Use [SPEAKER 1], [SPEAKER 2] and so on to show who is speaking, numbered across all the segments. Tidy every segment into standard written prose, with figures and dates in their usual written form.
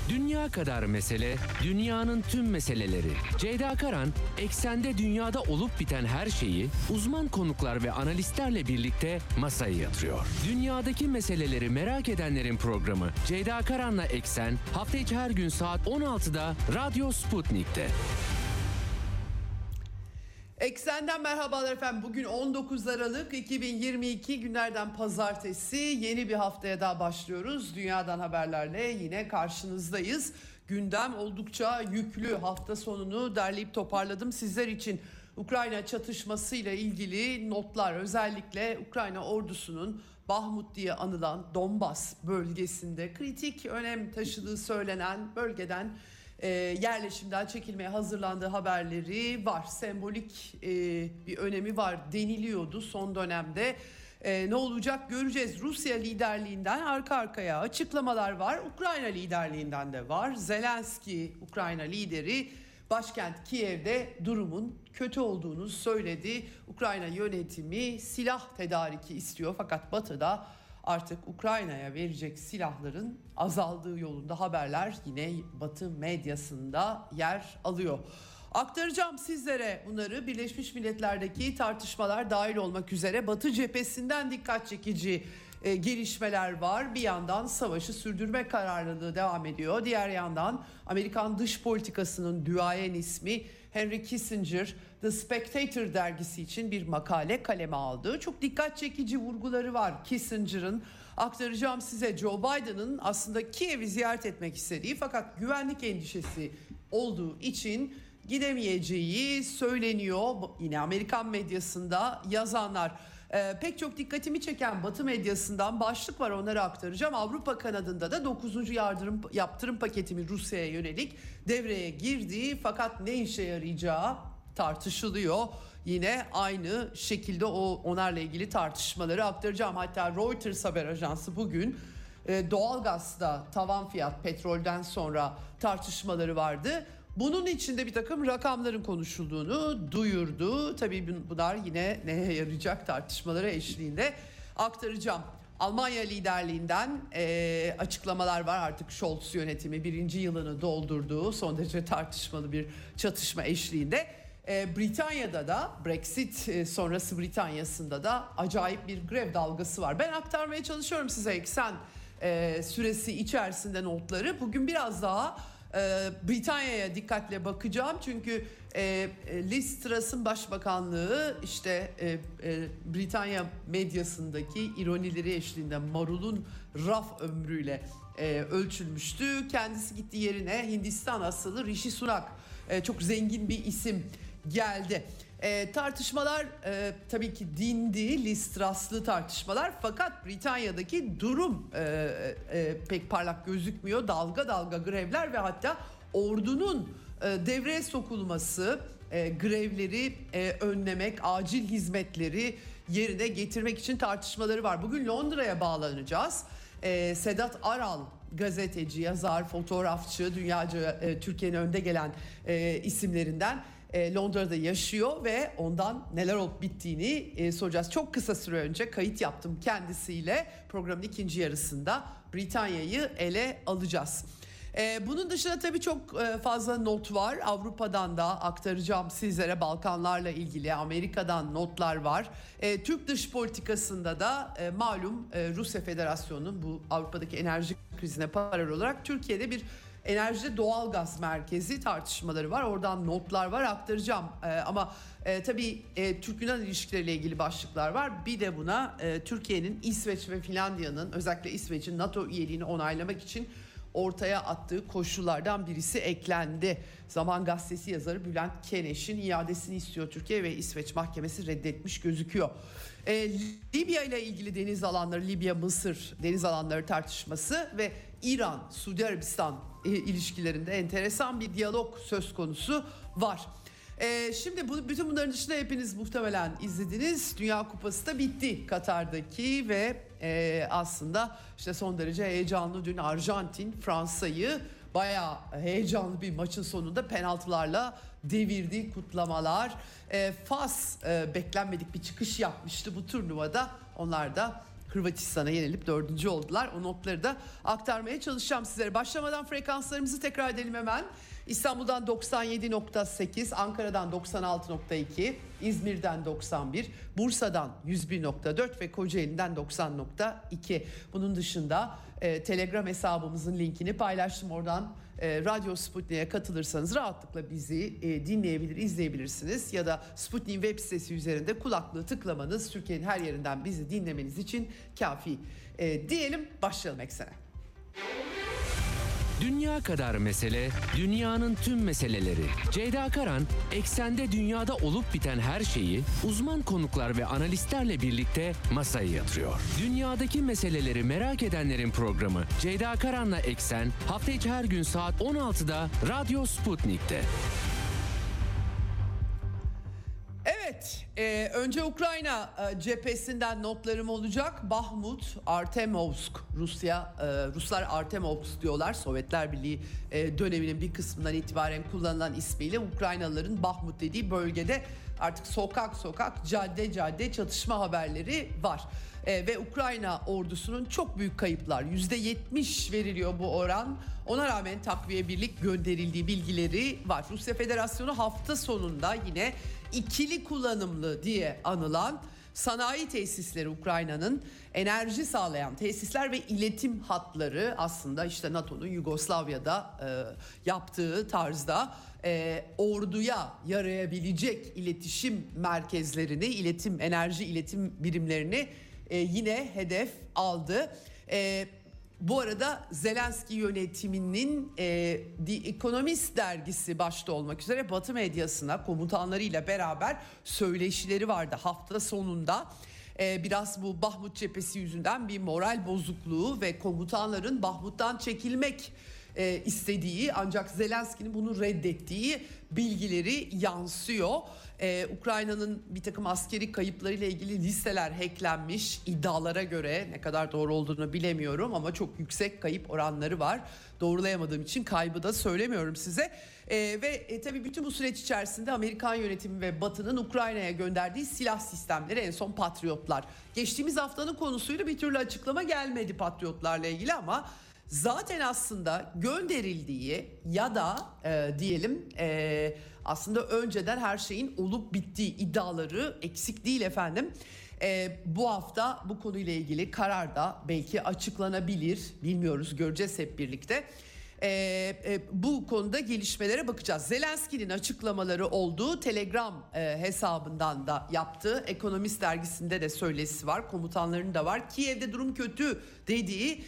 [SPEAKER 1] Dünya kadar mesele, dünyanın tüm meseleleri. Ceyda Karan, eksende dünyada olup biten her şeyi uzman konuklar ve analistlerle birlikte masaya yatırıyor. Dünyadaki meseleleri merak edenlerin programı Ceyda Karan'la Eksen, hafta içi her gün saat 16'da Radyo Sputnik'te.
[SPEAKER 2] Eksen'den merhabalar efendim. Bugün 19 Aralık 2022 günlerden pazartesi. Yeni bir haftaya daha başlıyoruz. Dünyadan haberlerle yine karşınızdayız. Gündem oldukça yüklü. Hafta sonunu derleyip toparladım sizler için. Ukrayna çatışmasıyla ilgili notlar, özellikle Ukrayna ordusunun Bahmut diye anılan Donbas bölgesinde kritik önem taşıdığı söylenen bölgeden yerleşimden çekilmeye hazırlandığı haberleri var. Sembolik bir önemi var deniliyordu son dönemde. Ne olacak göreceğiz. Rusya liderliğinden arka arkaya açıklamalar var. Ukrayna liderliğinden de var. Zelenski, Ukrayna lideri, başkent Kiev'de durumun kötü olduğunu söyledi. Ukrayna yönetimi silah tedariki istiyor, fakat Batı'da artık Ukrayna'ya verecek silahların azaldığı yolunda haberler yine Batı medyasında yer alıyor. Aktaracağım sizlere bunları. Birleşmiş Milletler'deki tartışmalar dahil olmak üzere Batı cephesinden dikkat çekici gelişmeler var. Bir yandan savaşı sürdürme kararlılığı devam ediyor. Diğer yandan Amerikan dış politikasının duayen ismi Henry Kissinger, The Spectator dergisi için bir makale kaleme aldı. Çok dikkat çekici vurguları var Kissinger'ın. Aktaracağım size. Joe Biden'ın aslında Kiev'i ziyaret etmek istediği, fakat güvenlik endişesi olduğu için gidemeyeceği söyleniyor. Yine Amerikan medyasında yazanlar. Pek çok dikkatimi çeken Batı medyasından başlık var, onları aktaracağım. Avrupa kanadında da 9. yaptırım paketi mi Rusya'ya yönelik devreye girdi, fakat ne işe yarayacağı tartışılıyor. Yine aynı şekilde onlarla ilgili tartışmaları aktaracağım. Hatta Reuters haber ajansı bugün doğalgazda tavan fiyat, petrolden sonra tartışmaları vardı. Bunun içinde bir takım rakamların konuşulduğunu duyurdu. Tabii bunlar yine neye yarayacak tartışmaları eşliğinde aktaracağım. Almanya liderliğinden açıklamalar var. Artık Scholz yönetimi birinci yılını doldurduğu son derece tartışmalı bir çatışma eşliğinde. Britanya'da da Brexit sonrası Britanya'sında da acayip bir grev dalgası var. Ben aktarmaya çalışıyorum size eksen süresi içerisinde notları. Bugün biraz daha Britanya'ya dikkatle bakacağım, çünkü Liz Truss'ın başbakanlığı işte Britanya medyasındaki ironileri eşliğinde marulun raf ömrüyle ölçülmüştü. Kendisi gitti, yerine Hindistan asıllı Rishi Sunak, çok zengin bir isim geldi. Tartışmalar tabii ki dindi, Liz Truss'lı tartışmalar, fakat Britanya'daki durum pek parlak gözükmüyor. Dalga dalga grevler ve hatta ordunun devreye sokulması, grevleri önlemek, acil hizmetleri yerine getirmek için tartışmaları var. Bugün Londra'ya bağlanacağız. Sedat Aral, gazeteci, yazar, fotoğrafçı, dünyaca Türkiye'nin önde gelen isimlerinden, Londra'da yaşıyor ve ondan neler olup bittiğini soracağız. Çok kısa süre önce kayıt yaptım kendisiyle. Programın ikinci yarısında Britanya'yı ele alacağız. Bunun dışında tabii çok fazla not var. Avrupa'dan da aktaracağım sizlere, Balkanlarla ilgili Amerika'dan notlar var. Türk dış politikasında da malum Rusya Federasyonu'nun bu Avrupa'daki enerji krizine paralel olarak Türkiye'de bir enerjide doğal gaz merkezi tartışmaları var. Oradan notlar var, aktaracağım. Ama tabii Türk-Yunan ilişkileriyle ilgili başlıklar var. Bir de buna Türkiye'nin İsveç ve Finlandiya'nın, özellikle İsveç'in NATO üyeliğini onaylamak için ortaya attığı koşullardan birisi eklendi. Zaman Gazetesi yazarı Bülent Keneş'in iadesini istiyor Türkiye ve İsveç mahkemesi reddetmiş gözüküyor. Libya ile ilgili deniz alanları, Libya-Mısır deniz alanları tartışması ve İran-Suudi Arabistan ilişkilerinde enteresan bir diyalog söz konusu var. Şimdi bütün bunların dışında hepiniz muhtemelen izlediniz. Dünya Kupası da bitti Katar'daki ve aslında işte son derece heyecanlı, dün Arjantin Fransa'yı bayağı heyecanlı bir maçın sonunda penaltılarla devirdi, kutlamalar. Fas beklenmedik bir çıkış yapmıştı bu turnuvada. Onlar da Hırvatistan'a yenilip 4. oldular. O notları da aktarmaya çalışacağım sizlere. Başlamadan frekanslarımızı tekrar edelim hemen. İstanbul'dan 97.8, Ankara'dan 96.2, İzmir'den 91, Bursa'dan 101.4 ve Kocaeli'den 90.2. Bunun dışında Telegram hesabımızın linkini paylaştım. Oradan Radyo Sputnik'e katılırsanız rahatlıkla bizi dinleyebilir, izleyebilirsiniz. Ya da Sputnik'in web sitesi üzerinde kulaklığı tıklamanız Türkiye'nin her yerinden bizi dinlemeniz için kafi. Diyelim, başlayalım Eksen'e.
[SPEAKER 1] Dünya kadar mesele, dünyanın tüm meseleleri. Ceyda Karan, Eksen'de dünyada olup biten her şeyi uzman konuklar ve analistlerle birlikte masaya yatırıyor. Dünyadaki meseleleri merak edenlerin programı Ceyda Karan'la Eksen, hafta içi her gün saat 16'da Radyo Sputnik'te.
[SPEAKER 2] Evet, önce Ukrayna cephesinden notlarım olacak. Bahmut, Artemovsk, Ruslar Artemovsk diyorlar. Sovyetler Birliği döneminin bir kısmından itibaren kullanılan ismiyle Ukraynalıların Bahmut dediği bölgede artık sokak sokak, cadde cadde çatışma haberleri var. Ve Ukrayna ordusunun çok büyük kayıplar, %70 veriliyor bu oran. Ona rağmen takviye birlik gönderildiği bilgileri var. Rusya Federasyonu hafta sonunda yine ikili kullanımlı diye anılan sanayi tesisleri, Ukrayna'nın enerji sağlayan tesisler ve iletim hatları, aslında işte NATO'nun Yugoslavya'da yaptığı tarzda orduya yarayabilecek iletişim merkezlerini, enerji iletim birimlerini yine hedef aldı. Bu arada Zelenski yönetiminin The Economist dergisi başta olmak üzere Batı medyasına komutanlarıyla beraber söyleşileri vardı hafta sonunda. Biraz bu Bahmut cephesi yüzünden bir moral bozukluğu ve komutanların Bahmut'tan çekilmek istediği, ancak Zelenski'nin bunu reddettiği bilgileri yansıyor. Ukrayna'nın bir takım askeri kayıplarıyla ilgili listeler hacklenmiş, iddialara göre, ne kadar doğru olduğunu bilemiyorum ama çok yüksek kayıp oranları var. Doğrulayamadığım için kaybı da söylemiyorum size. Tabii bütün bu süreç içerisinde Amerikan yönetimi ve Batı'nın Ukrayna'ya gönderdiği silah sistemleri, en son Patriotlar. Geçtiğimiz haftanın konusuydu, bir türlü açıklama gelmedi Patriotlarla ilgili ama zaten aslında gönderildiği ya da diyelim aslında önceden her şeyin olup bittiği iddiaları eksik değil efendim. Bu hafta bu konuyla ilgili karar da belki açıklanabilir, bilmiyoruz, göreceğiz hep birlikte. Bu konuda gelişmelere bakacağız. Zelenski'nin açıklamaları olduğu Telegram hesabından da yaptığı, Ekonomist dergisinde de söyleşisi var, komutanların da var. Kiev'de durum kötü dediği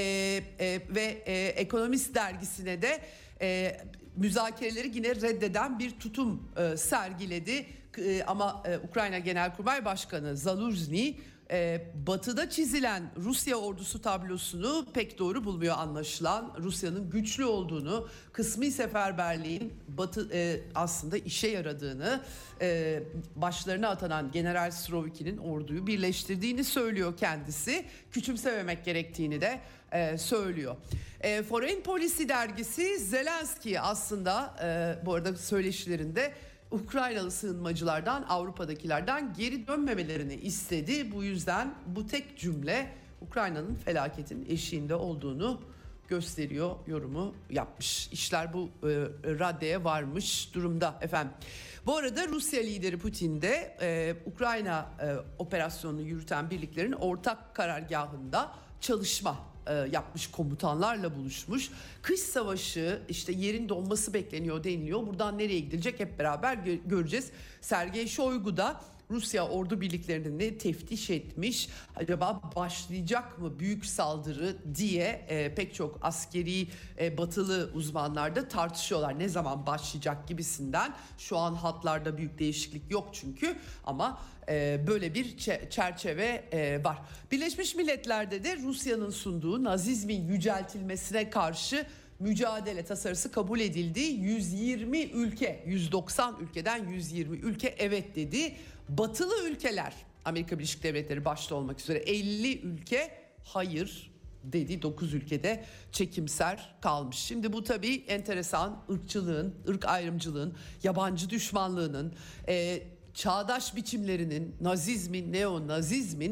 [SPEAKER 2] ve Ekonomist dergisine de müzakereleri yine reddeden bir tutum sergiledi. Ama Ukrayna Genelkurmay Başkanı Zaluzny Batı'da çizilen Rusya ordusu tablosunu pek doğru bulmuyor anlaşılan. Rusya'nın güçlü olduğunu, kısmi seferberliğin aslında işe yaradığını, başlarına atanan General Suroviki'nin orduyu birleştirdiğini söylüyor kendisi. Küçümsememek gerektiğini de söylüyor. Foreign Policy dergisi Zelenski aslında bu arada söyleşilerinde Ukraynalı sığınmacılardan, Avrupa'dakilerden geri dönmemelerini istedi. Bu yüzden bu tek cümle Ukrayna'nın felaketin eşiğinde olduğunu gösteriyor yorumu yapmış. İşler bu raddeye varmış durumda efendim. Bu arada Rusya lideri Putin de Ukrayna operasyonunu yürüten birliklerin ortak karargahında çalışma yapmış, komutanlarla buluşmuş. Kış savaşı, işte yerin donması bekleniyor deniliyor. Buradan nereye gidilecek hep beraber göreceğiz. Sergey Shoigu da Rusya ordu birliklerini teftiş etmiş. Acaba başlayacak mı büyük saldırı diye pek çok askeri batılı uzmanlar da tartışıyorlar. Ne zaman başlayacak gibisinden. Şu an hatlarda büyük değişiklik yok çünkü, ama böyle bir çerçeve var. Birleşmiş Milletler'de de Rusya'nın sunduğu Nazizmin yüceltilmesine karşı mücadele tasarısı kabul edildi. 120 ülke, 190 ülkeden 120 ülke evet dedi. Batılı ülkeler, Amerika Birleşik Devletleri başta olmak üzere 50 ülke hayır dedi. 9 ülkede çekimser kalmış. Şimdi bu tabii enteresan, ırkçılığın, ırk ayrımcılığın, yabancı düşmanlığının, çağdaş biçimlerinin, nazizmin, neonazizmin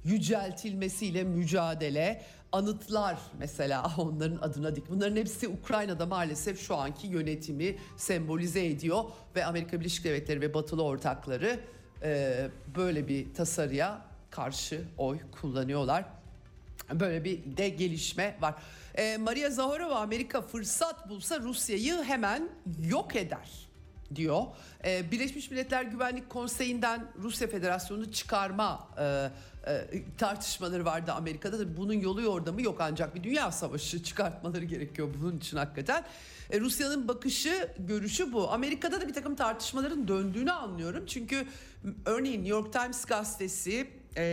[SPEAKER 2] yüceltilmesiyle mücadele, anıtlar mesela onların adına dik. Bunların hepsi Ukrayna'da maalesef şu anki yönetimi sembolize ediyor ve Amerika Birleşik Devletleri ve batılı ortakları böyle bir tasarıya karşı oy kullanıyorlar. Böyle bir de gelişme var. Maria Zaharova, Amerika fırsat bulsa Rusya'yı hemen yok eder diyor. Birleşmiş Milletler Güvenlik Konseyi'nden Rusya Federasyonu'nu çıkarma tartışmaları vardı Amerika'da. Tabii bunun yolu yordamı yok, ancak bir dünya savaşı çıkartmaları gerekiyor bunun için hakikaten. Rusya'nın bakışı, görüşü bu. Amerika'da da bir takım tartışmaların döndüğünü anlıyorum. Çünkü örneğin New York Times gazetesi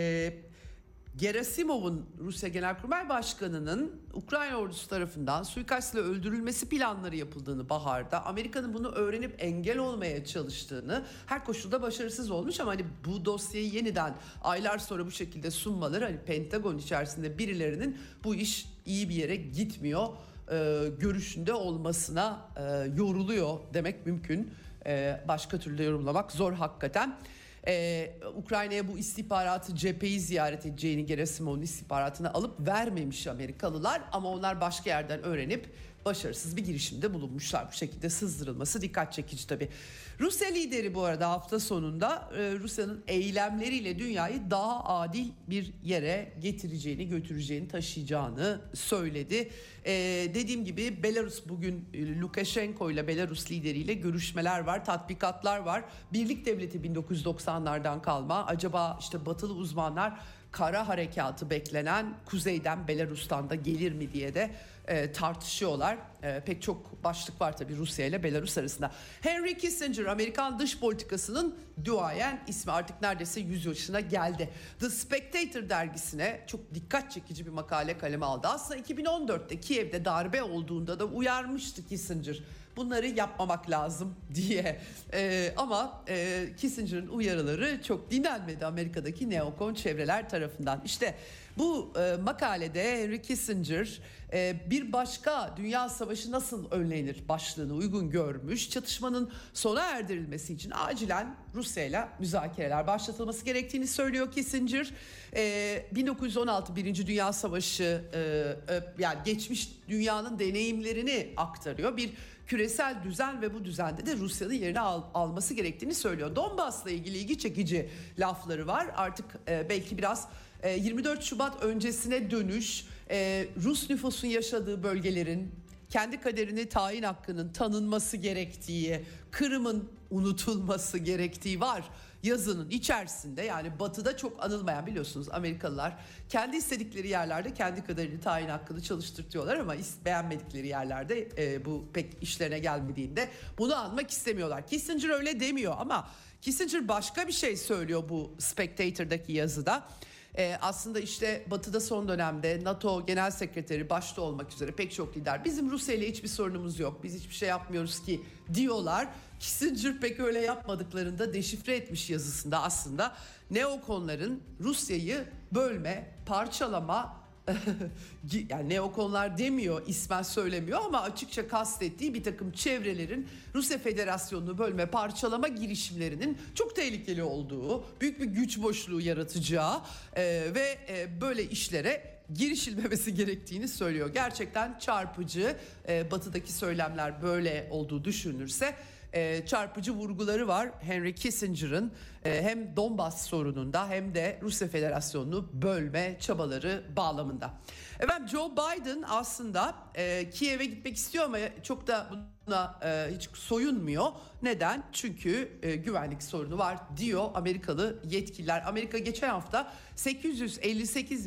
[SPEAKER 2] Gerasimov'un, Rusya Genelkurmay Başkanı'nın Ukrayna ordusu tarafından suikastla öldürülmesi planları yapıldığını baharda, Amerika'nın bunu öğrenip engel olmaya çalıştığını, her koşulda başarısız olmuş ama hani bu dosyayı yeniden aylar sonra bu şekilde sunmaları, hani Pentagon içerisinde birilerinin bu iş iyi bir yere gitmiyor görüşünde olmasına yoruluyor demek mümkün. Başka türlü yorumlamak zor hakikaten. Ukrayna'ya bu istihbaratı, cepheyi ziyaret edeceğini, Gerasimov'un istihbaratını alıp vermemiş Amerikalılar, ama onlar başka yerden öğrenip başarısız bir girişimde bulunmuşlar. Bu şekilde sızdırılması dikkat çekici tabii. Rusya lideri bu arada hafta sonunda Rusya'nın eylemleriyle dünyayı daha adil bir yere getireceğini, götüreceğini, taşıyacağını söyledi. Dediğim gibi Belarus bugün Lukashenko ile, Belarus lideriyle görüşmeler var, tatbikatlar var. Birlik devleti 1990'lardan kalma. Acaba işte batılı uzmanlar kara harekatı beklenen kuzeyden, Belarus'tan da gelir mi diye de tartışıyorlar. Pek çok başlık var tabii Rusya ile Belarus arasında. Henry Kissinger, Amerikan dış politikasının duayen ismi, artık neredeyse 100 yaşına geldi. The Spectator dergisine çok dikkat çekici bir makale kaleme aldı. Aslında 2014'te Kiev'de darbe olduğunda da uyarmıştı Kissinger, bunları yapmamak lazım diye. Ama Kissinger'ın uyarıları çok dinlenmedi Amerika'daki neokon çevreler tarafından. İşte bu makalede Henry Kissinger bir başka dünya savaşı nasıl önlenir başlığını uygun görmüş. Çatışmanın sona erdirilmesi için acilen Rusya ile müzakereler başlatılması gerektiğini söylüyor Kissinger. 1916 Birinci Dünya Savaşı yani geçmiş dünyanın deneyimlerini aktarıyor. Bir küresel düzen ve bu düzende de Rusya'nın yerini alması gerektiğini söylüyor. Donbas'la ilgili ilgi çekici lafları var. Artık belki biraz 24 Şubat öncesine dönüş, Rus nüfusun yaşadığı bölgelerin kendi kaderini tayin hakkının tanınması gerektiği, Kırım'ın unutulması gerektiği var yazının içerisinde. Yani batıda çok anılmayan, biliyorsunuz Amerikalılar kendi istedikleri yerlerde kendi kaderini tayin hakkını çalıştırtıyorlar ama beğenmedikleri yerlerde bu pek işlerine gelmediğinde bunu anmak istemiyorlar. Kissinger öyle demiyor ama Kissinger başka bir şey söylüyor bu Spectator'daki yazıda. Aslında işte batıda son dönemde NATO Genel Sekreteri başta olmak üzere pek çok lider bizim Rusya ile hiçbir sorunumuz yok, biz hiçbir şey yapmıyoruz ki diyorlar. Kissinger pek öyle yapmadıklarını da deşifre etmiş yazısında. Aslında neokonların Rusya'yı bölme, parçalama, yani neokonlar demiyor, ismen söylemiyor ama açıkça kastettiği bir takım çevrelerin Rusya Federasyonu'nu bölme, parçalama girişimlerinin çok tehlikeli olduğu, büyük bir güç boşluğu yaratacağı ve böyle işlere girişilmemesi gerektiğini söylüyor. Gerçekten çarpıcı, batıdaki söylemler böyle olduğu düşünülürse çarpıcı vurguları var Henry Kissinger'ın hem Donbas sorununda hem de Rusya Federasyonu'nu bölme çabaları bağlamında. Efendim Joe Biden aslında Kiev'e gitmek istiyor ama çok da buna hiç soyunmuyor. Neden? Çünkü güvenlik sorunu var diyor Amerikalı yetkililer. Amerika geçen hafta 858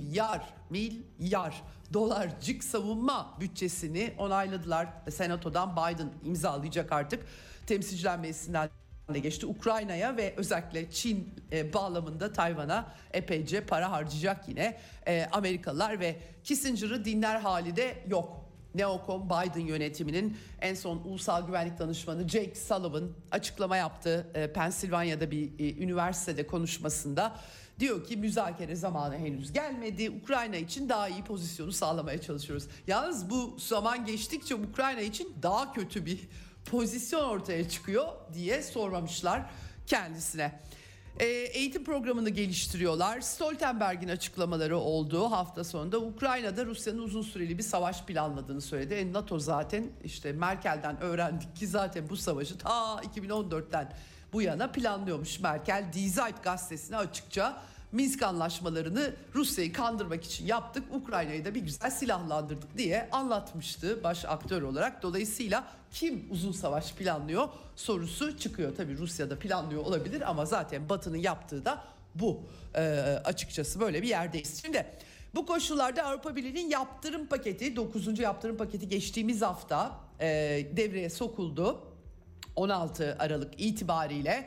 [SPEAKER 2] milyar dolarcık savunma bütçesini onayladılar. Senatodan Biden imzalayacak artık. Temsilciler Meclisi'nden de geçti. Ukrayna'ya ve özellikle Çin bağlamında Tayvan'a epeyce para harcayacak yine Amerikalılar ve Kissinger'ı dinler hali de yok. Neokon Biden yönetiminin en son Ulusal Güvenlik Danışmanı Jake Sullivan açıklama yaptı. Pensilvanya'da bir üniversitede konuşmasında. Diyor ki müzakere zamanı henüz gelmedi. Ukrayna için daha iyi pozisyonu sağlamaya çalışıyoruz. Yalnız bu zaman geçtikçe Ukrayna için daha kötü bir pozisyon ortaya çıkıyor diye sormamışlar kendisine. Eğitim programını geliştiriyorlar. Stoltenberg'in açıklamaları olduğu hafta sonunda Ukrayna'da Rusya'nın uzun süreli bir savaş planladığını söyledi. NATO zaten işte Merkel'den öğrendik ki zaten bu savaşı ta 2014'ten bu yana planlıyormuş Merkel. Die Zeit gazetesine açıkça Minsk anlaşmalarını Rusya'yı kandırmak için yaptık, Ukrayna'yı da bir güzel silahlandırdık diye anlatmıştı baş aktör olarak. Dolayısıyla kim uzun savaş planlıyor sorusu çıkıyor. Tabii Rusya'da planlıyor olabilir ama zaten Batı'nın yaptığı da bu. Açıkçası böyle bir yerdeyiz. Şimdi bu koşullarda Avrupa Birliği'nin yaptırım paketi, 9. yaptırım paketi geçtiğimiz hafta devreye sokuldu. 16 Aralık itibariyle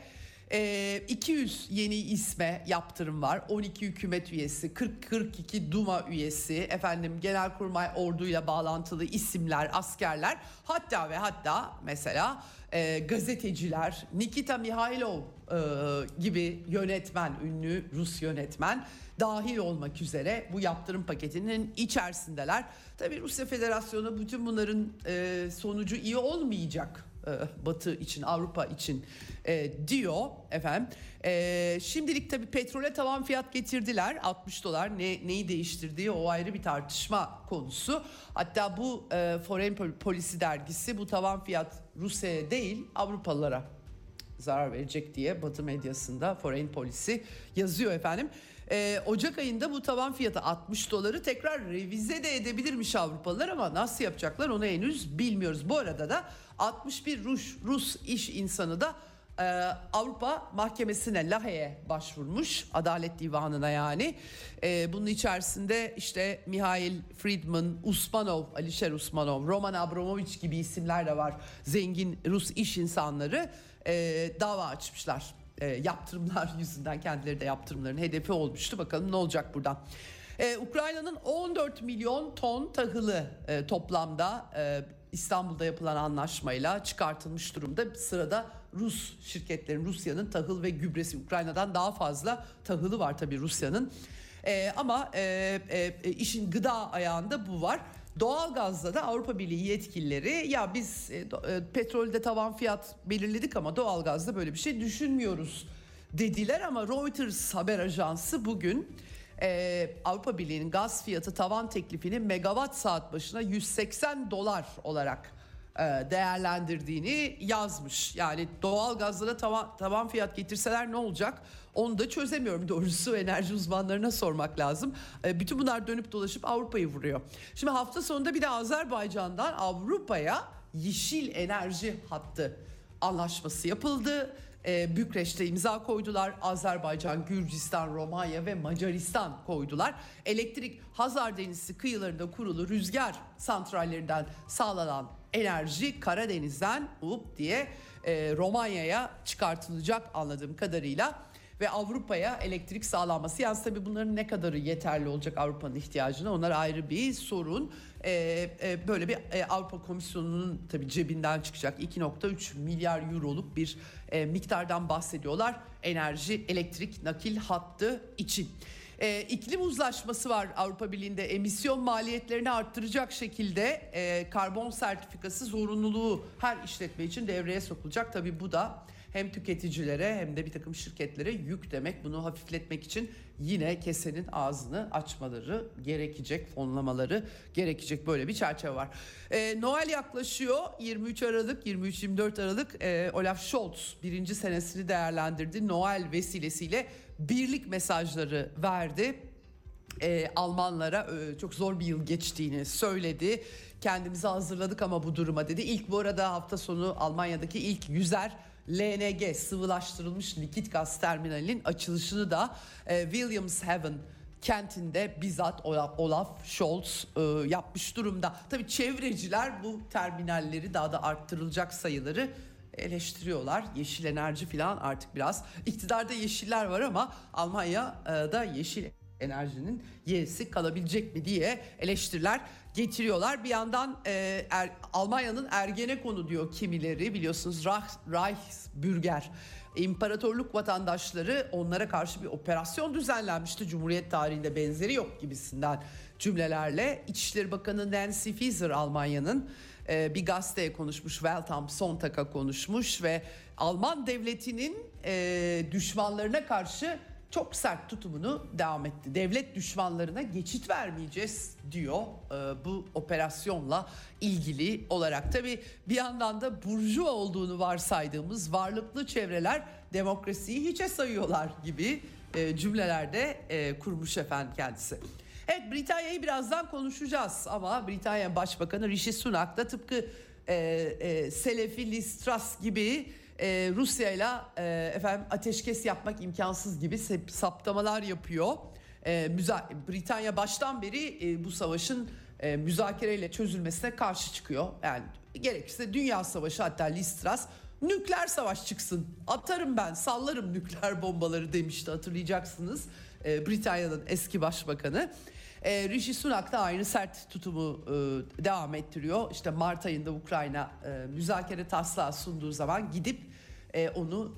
[SPEAKER 2] 200 yeni isme yaptırım var. 12 hükümet üyesi, 42 Duma üyesi, Genelkurmay orduyla bağlantılı isimler, askerler, hatta mesela gazeteciler, Nikita Mikhailov gibi yönetmen, ünlü Rus yönetmen dahil olmak üzere bu yaptırım paketinin içerisindeler. Tabii Rusya Federasyonu bütün bunların sonucu iyi olmayacak Batı için, Avrupa için diyor efendim. Şimdilik tabii petrole tavan fiyat getirdiler. $60 neyi değiştirdiği o ayrı bir tartışma konusu. Hatta bu Foreign Policy dergisi bu tavan fiyat Rusya'ya değil Avrupalılara zarar verecek diye Batı medyasında Foreign Policy yazıyor efendim. Ocak ayında bu tavan fiyatı $60 tekrar revize de edebilirmiş Avrupalılar ama nasıl yapacaklar onu henüz bilmiyoruz. Bu arada da 61 Rus iş insanı da Avrupa Mahkemesi'ne, Lahey'e başvurmuş, Adalet Divanı'na yani. Bunun içerisinde işte Mihail Friedman, Alisher Usmanov, Roman Abramovich gibi isimler de var. Zengin Rus iş insanları dava açmışlar. Yaptırımlar yüzünden, kendileri de yaptırımların hedefi olmuştu. Bakalım ne olacak buradan. Ukrayna'nın 14 milyon ton tahılı toplamda İstanbul'da yapılan anlaşmayla çıkartılmış durumda. Sırada Rus şirketlerin, Rusya'nın tahıl ve gübresi, Ukrayna'dan daha fazla tahılı var tabii Rusya'nın. Ama işin gıda ayağında bu var. Doğalgazda da Avrupa Birliği yetkilileri ya biz petrolde tavan fiyat belirledik ama doğalgazda böyle bir şey düşünmüyoruz dediler ama Reuters haber ajansı bugün Avrupa Birliği'nin gaz fiyatı tavan teklifini megawatt saat başına $180 olarak değerlendirdiğini yazmış. Yani doğalgazda da tavan fiyat getirseler ne olacak? Onu da çözemiyorum doğrusu, enerji uzmanlarına sormak lazım. Bütün bunlar dönüp dolaşıp Avrupa'yı vuruyor. Şimdi hafta sonunda bir de Azerbaycan'dan Avrupa'ya yeşil enerji hattı anlaşması yapıldı. Bükreş'te imza koydular. Azerbaycan, Gürcistan, Romanya ve Macaristan koydular. Elektrik Hazar Denizi kıyılarında kurulu rüzgar santrallerinden sağlanan enerji Karadeniz'den diye Romanya'ya çıkartılacak anladığım kadarıyla ve Avrupa'ya elektrik sağlanması. Yalnız tabii bunların ne kadarı yeterli olacak Avrupa'nın ihtiyacına, onlar ayrı bir sorun. Böyle bir Avrupa Komisyonu'nun tabii cebinden çıkacak 2,3 milyar euroluk bir miktardan bahsediyorlar enerji, elektrik nakil hattı için. İklim uzlaşması var Avrupa Birliği'nde, emisyon maliyetlerini arttıracak şekilde karbon sertifikası zorunluluğu her işletme için devreye sokulacak. Tabii bu da hem tüketicilere hem de bir takım şirketlere yük demek. Bunu hafifletmek için yine kesenin ağzını açmaları gerekecek, fonlamaları gerekecek, böyle bir çerçeve var. Noel yaklaşıyor, 23-24 Aralık Olaf Scholz birinci senesini değerlendirdi. Noel vesilesiyle birlik mesajları verdi. Almanlara çok zor bir yıl geçtiğini söyledi. Kendimizi hazırladık ama bu duruma dedi. Bu arada hafta sonu Almanya'daki ilk yüzer LNG, sıvılaştırılmış likit gaz terminalinin açılışını da Wilhelmshaven kentinde bizzat Olaf Scholz yapmış durumda. Tabii çevreciler bu terminalleri, daha da arttırılacak sayıları eleştiriyorlar. Yeşil enerji falan artık biraz. İktidarda yeşiller var ama Almanya'da yeşil enerjinin yerisi kalabilecek mi diye eleştiriler getiriyorlar. Bir yandan Almanya'nın Ergenekonu diyor kimileri, biliyorsunuz Reichsbürger, imparatorluk vatandaşları, onlara karşı bir operasyon düzenlenmişti. Cumhuriyet tarihinde benzeri yok gibisinden cümlelerle. İçişleri Bakanı Nancy Faeser Almanya'nın bir gazeteye konuşmuş, Welt am Sonntag'a konuşmuş ve Alman devletinin düşmanlarına karşı çok sert tutumunu devam etti. Devlet düşmanlarına geçit vermeyeceğiz diyor bu operasyonla ilgili olarak. Tabii bir yandan da burjuva olduğunu varsaydığımız varlıklı çevreler demokrasiyi hiçe sayıyorlar gibi cümlelerde kurmuş efendim kendisi. Evet, Britanya'yı birazdan konuşacağız ama Britanya Başbakanı Rishi Sunak da tıpkı Selefi Liz Truss gibi Rusya'yla efendim ateşkes yapmak imkansız gibi saptamalar yapıyor. Britanya baştan beri bu savaşın müzakereyle çözülmesine karşı çıkıyor. Yani gerekirse dünya savaşı, hatta Liz Truss nükleer savaş çıksın, atarım ben, sallarım nükleer bombaları demişti, hatırlayacaksınız. Britanya'nın eski başbakanı. Rishi Sunak da aynı sert tutumu devam ettiriyor. İşte Mart ayında Ukrayna müzakere taslağı sunduğu zaman gidip onu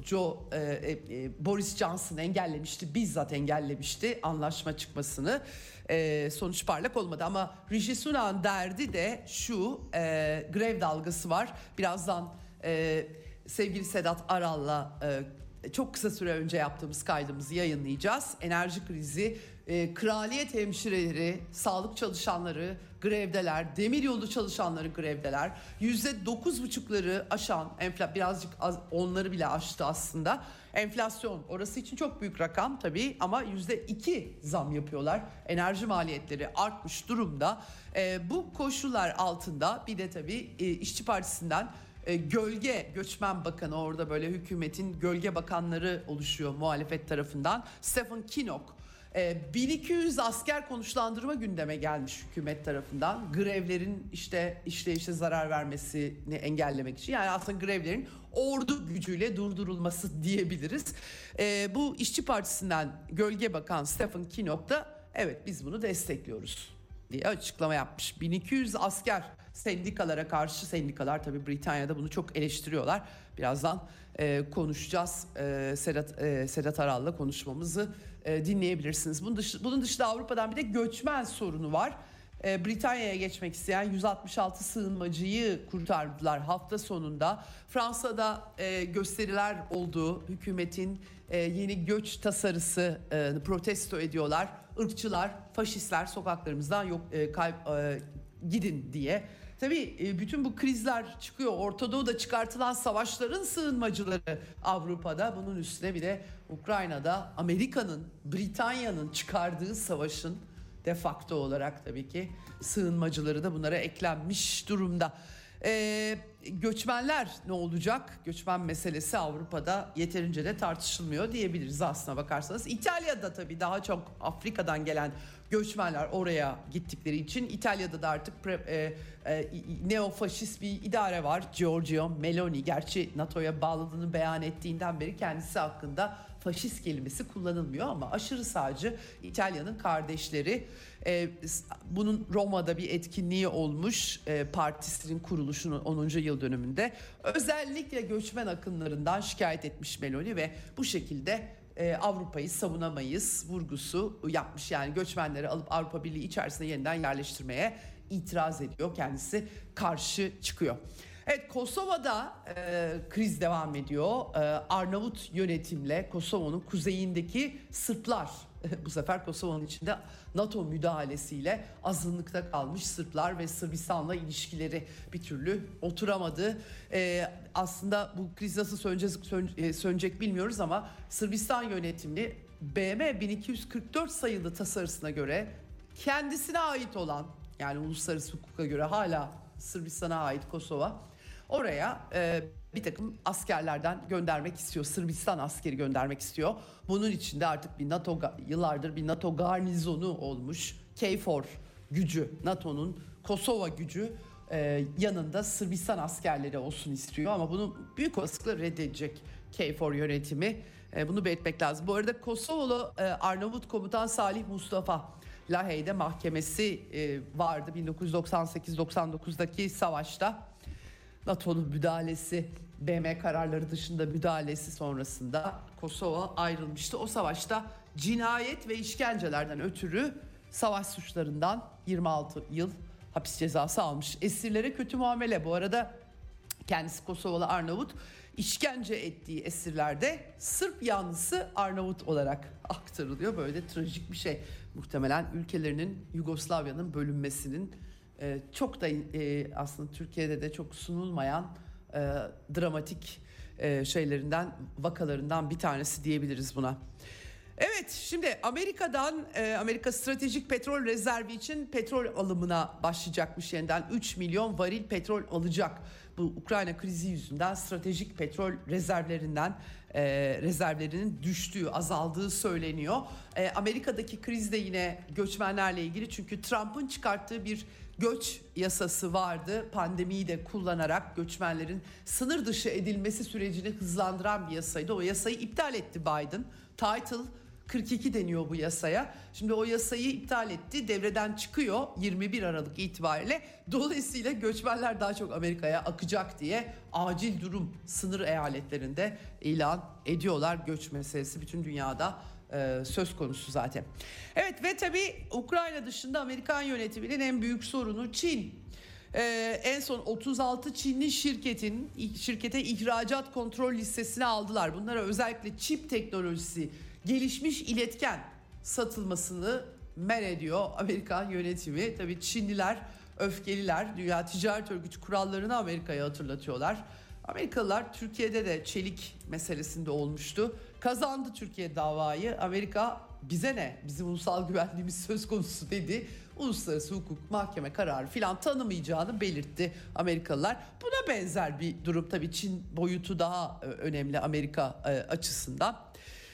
[SPEAKER 2] Boris Johnson engellemişti. Bizzat engellemişti anlaşma çıkmasını. Sonuç parlak olmadı ama Rishi Sunak'ın derdi de şu, grev dalgası var. Birazdan sevgili Sedat Aral'la çok kısa süre önce yaptığımız kaydımızı yayınlayacağız. Enerji krizi, kraliyet hemşireleri, sağlık çalışanları grevdeler, demiryolu çalışanları grevdeler. %9,5'ları aşan, birazcık onları bile aştı aslında. Enflasyon, orası için çok büyük rakam tabii ama %2 zam yapıyorlar. Enerji maliyetleri artmış durumda. Bu koşullar altında bir de tabii İşçi Partisi'nden Gölge Göçmen Bakanı, orada böyle hükümetin gölge bakanları oluşuyor muhalefet tarafından, Stephen Kinnock. 1200 asker konuşlandırma gündeme gelmiş hükümet tarafından. Grevlerin işte işleyişe zarar vermesini engellemek için. Yani aslında grevlerin ordu gücüyle durdurulması diyebiliriz. Bu İşçi Partisi'nden Gölge Bakan Stephen Kinnock da evet biz bunu destekliyoruz diye açıklama yapmış. 1200 asker sendikalara karşı, sendikalar tabii Britanya'da bunu çok eleştiriyorlar. Birazdan konuşacağız. Sedat Aral'la konuşmamızı dinleyebilirsiniz. Bunun dışında Avrupa'dan bir de göçmen sorunu var. Britanya'ya geçmek isteyen 166 sığınmacıyı kurtardılar hafta sonunda. Fransa'da gösteriler oldu. Hükümetin yeni göç tasarısı protesto ediyorlar. Irkçılar, faşistler sokaklarımızdan gidin diye. Tabii bütün bu krizler çıkıyor. Orta Doğu'da çıkartılan savaşların sığınmacıları Avrupa'da. Bunun üstüne bir de Ukrayna'da Amerika'nın, Britanya'nın çıkardığı savaşın de facto olarak tabii ki sığınmacıları da bunlara eklenmiş durumda. Göçmenler ne olacak? Göçmen meselesi Avrupa'da yeterince de tartışılmıyor diyebiliriz aslına bakarsanız. İtalya'da tabii daha çok Afrika'dan gelen göçmenler oraya gittikleri için İtalya'da da artık neofaşist bir idare var. Giorgio Meloni, gerçi NATO'ya bağladığını beyan ettiğinden beri kendisi hakkında faşist kelimesi kullanılmıyor ama aşırı sağcı İtalya'nın kardeşleri. Bunun Roma'da bir etkinliği olmuş, partisinin kuruluşunun 10. yıl dönümünde. Özellikle göçmen akınlarından şikayet etmiş Meloni ve bu şekilde Avrupa'yı savunamayız vurgusu yapmış. Yani göçmenleri alıp Avrupa Birliği içerisinde yeniden yerleştirmeye itiraz ediyor. Kendisi karşı çıkıyor. Evet, Kosova'da kriz devam ediyor. Arnavut yönetimle Kosova'nın kuzeyindeki Sırplar, bu sefer Kosova'nın içinde NATO müdahalesiyle azınlıkta kalmış Sırplar ve Sırbistan'la ilişkileri bir türlü oturamadı. Aslında bu kriz nasıl sönecek bilmiyoruz ama Sırbistan yönetimli BM 1244 sayılı tasarısına göre kendisine ait olan, yani uluslararası hukuka göre hala Sırbistan'a ait Kosova, oraya bir takım askerlerden göndermek istiyor. Sırbistan askeri göndermek istiyor. Bunun için de artık yıllardır bir NATO garnizonu olmuş KFOR gücü, NATO'nun Kosova gücü yanında Sırbistan askerleri olsun istiyor. Ama bunu büyük olasılıkla reddedecek KFOR yönetimi. Bunu belirtmek lazım. Bu arada Kosovalı Arnavut komutan Salih Mustafa Lahey'de mahkemesi vardı 1998-99'daki savaşta. NATO'nun müdahalesi, BM kararları dışında müdahalesi sonrasında Kosova ayrılmıştı. O savaşta cinayet ve işkencelerden ötürü savaş suçlarından 26 yıl hapis cezası almış. Esirlere kötü muamele. Bu arada kendisi Kosovalı Arnavut, işkence ettiği esirlerde Sırp yanlısı Arnavut olarak aktarılıyor. Böyle de trajik bir şey. Muhtemelen ülkelerinin, Yugoslavya'nın bölünmesinin çok da aslında Türkiye'de de çok sunulmayan dramatik şeylerinden, vakalarından bir tanesi diyebiliriz buna. Evet, şimdi Amerika stratejik petrol rezervi için petrol alımına başlayacakmış yeniden. 3 milyon varil petrol alacak. Bu Ukrayna krizi yüzünden stratejik petrol rezervlerinin düştüğü, azaldığı söyleniyor. Amerika'daki kriz de yine göçmenlerle ilgili, çünkü Trump'ın çıkarttığı bir göç yasası vardı. Pandemiyi de kullanarak göçmenlerin sınır dışı edilmesi sürecini hızlandıran bir yasaydı. O yasayı iptal etti Biden. Title 42 deniyor bu yasaya. Şimdi o yasayı iptal etti, devreden çıkıyor 21 Aralık itibariyle. Dolayısıyla göçmenler daha çok Amerika'ya akacak diye acil durum sınır eyaletlerinde ilan ediyorlar. Göç meselesi bütün dünyada söz konusu zaten. Evet, ve tabii Ukrayna dışında Amerikan yönetiminin en büyük sorunu Çin. En son 36 Çinli şirkete ihracat kontrol listesine aldılar. Bunlara özellikle çip teknolojisi, gelişmiş iletken satılmasını men ediyor Amerikan yönetimi. Tabii Çinliler öfkeliler. Dünya Ticaret Örgütü kurallarını Amerika'ya hatırlatıyorlar. Amerikalılar Türkiye'de de çelik meselesinde olmuştu. Kazandı Türkiye davayı. Amerika bize ne? Bizim ulusal güvenliğimiz söz konusu dedi. Uluslararası hukuk mahkeme kararı filan tanımayacağını belirtti Amerikalılar. Buna benzer bir durum, tabii Çin boyutu daha önemli Amerika açısından.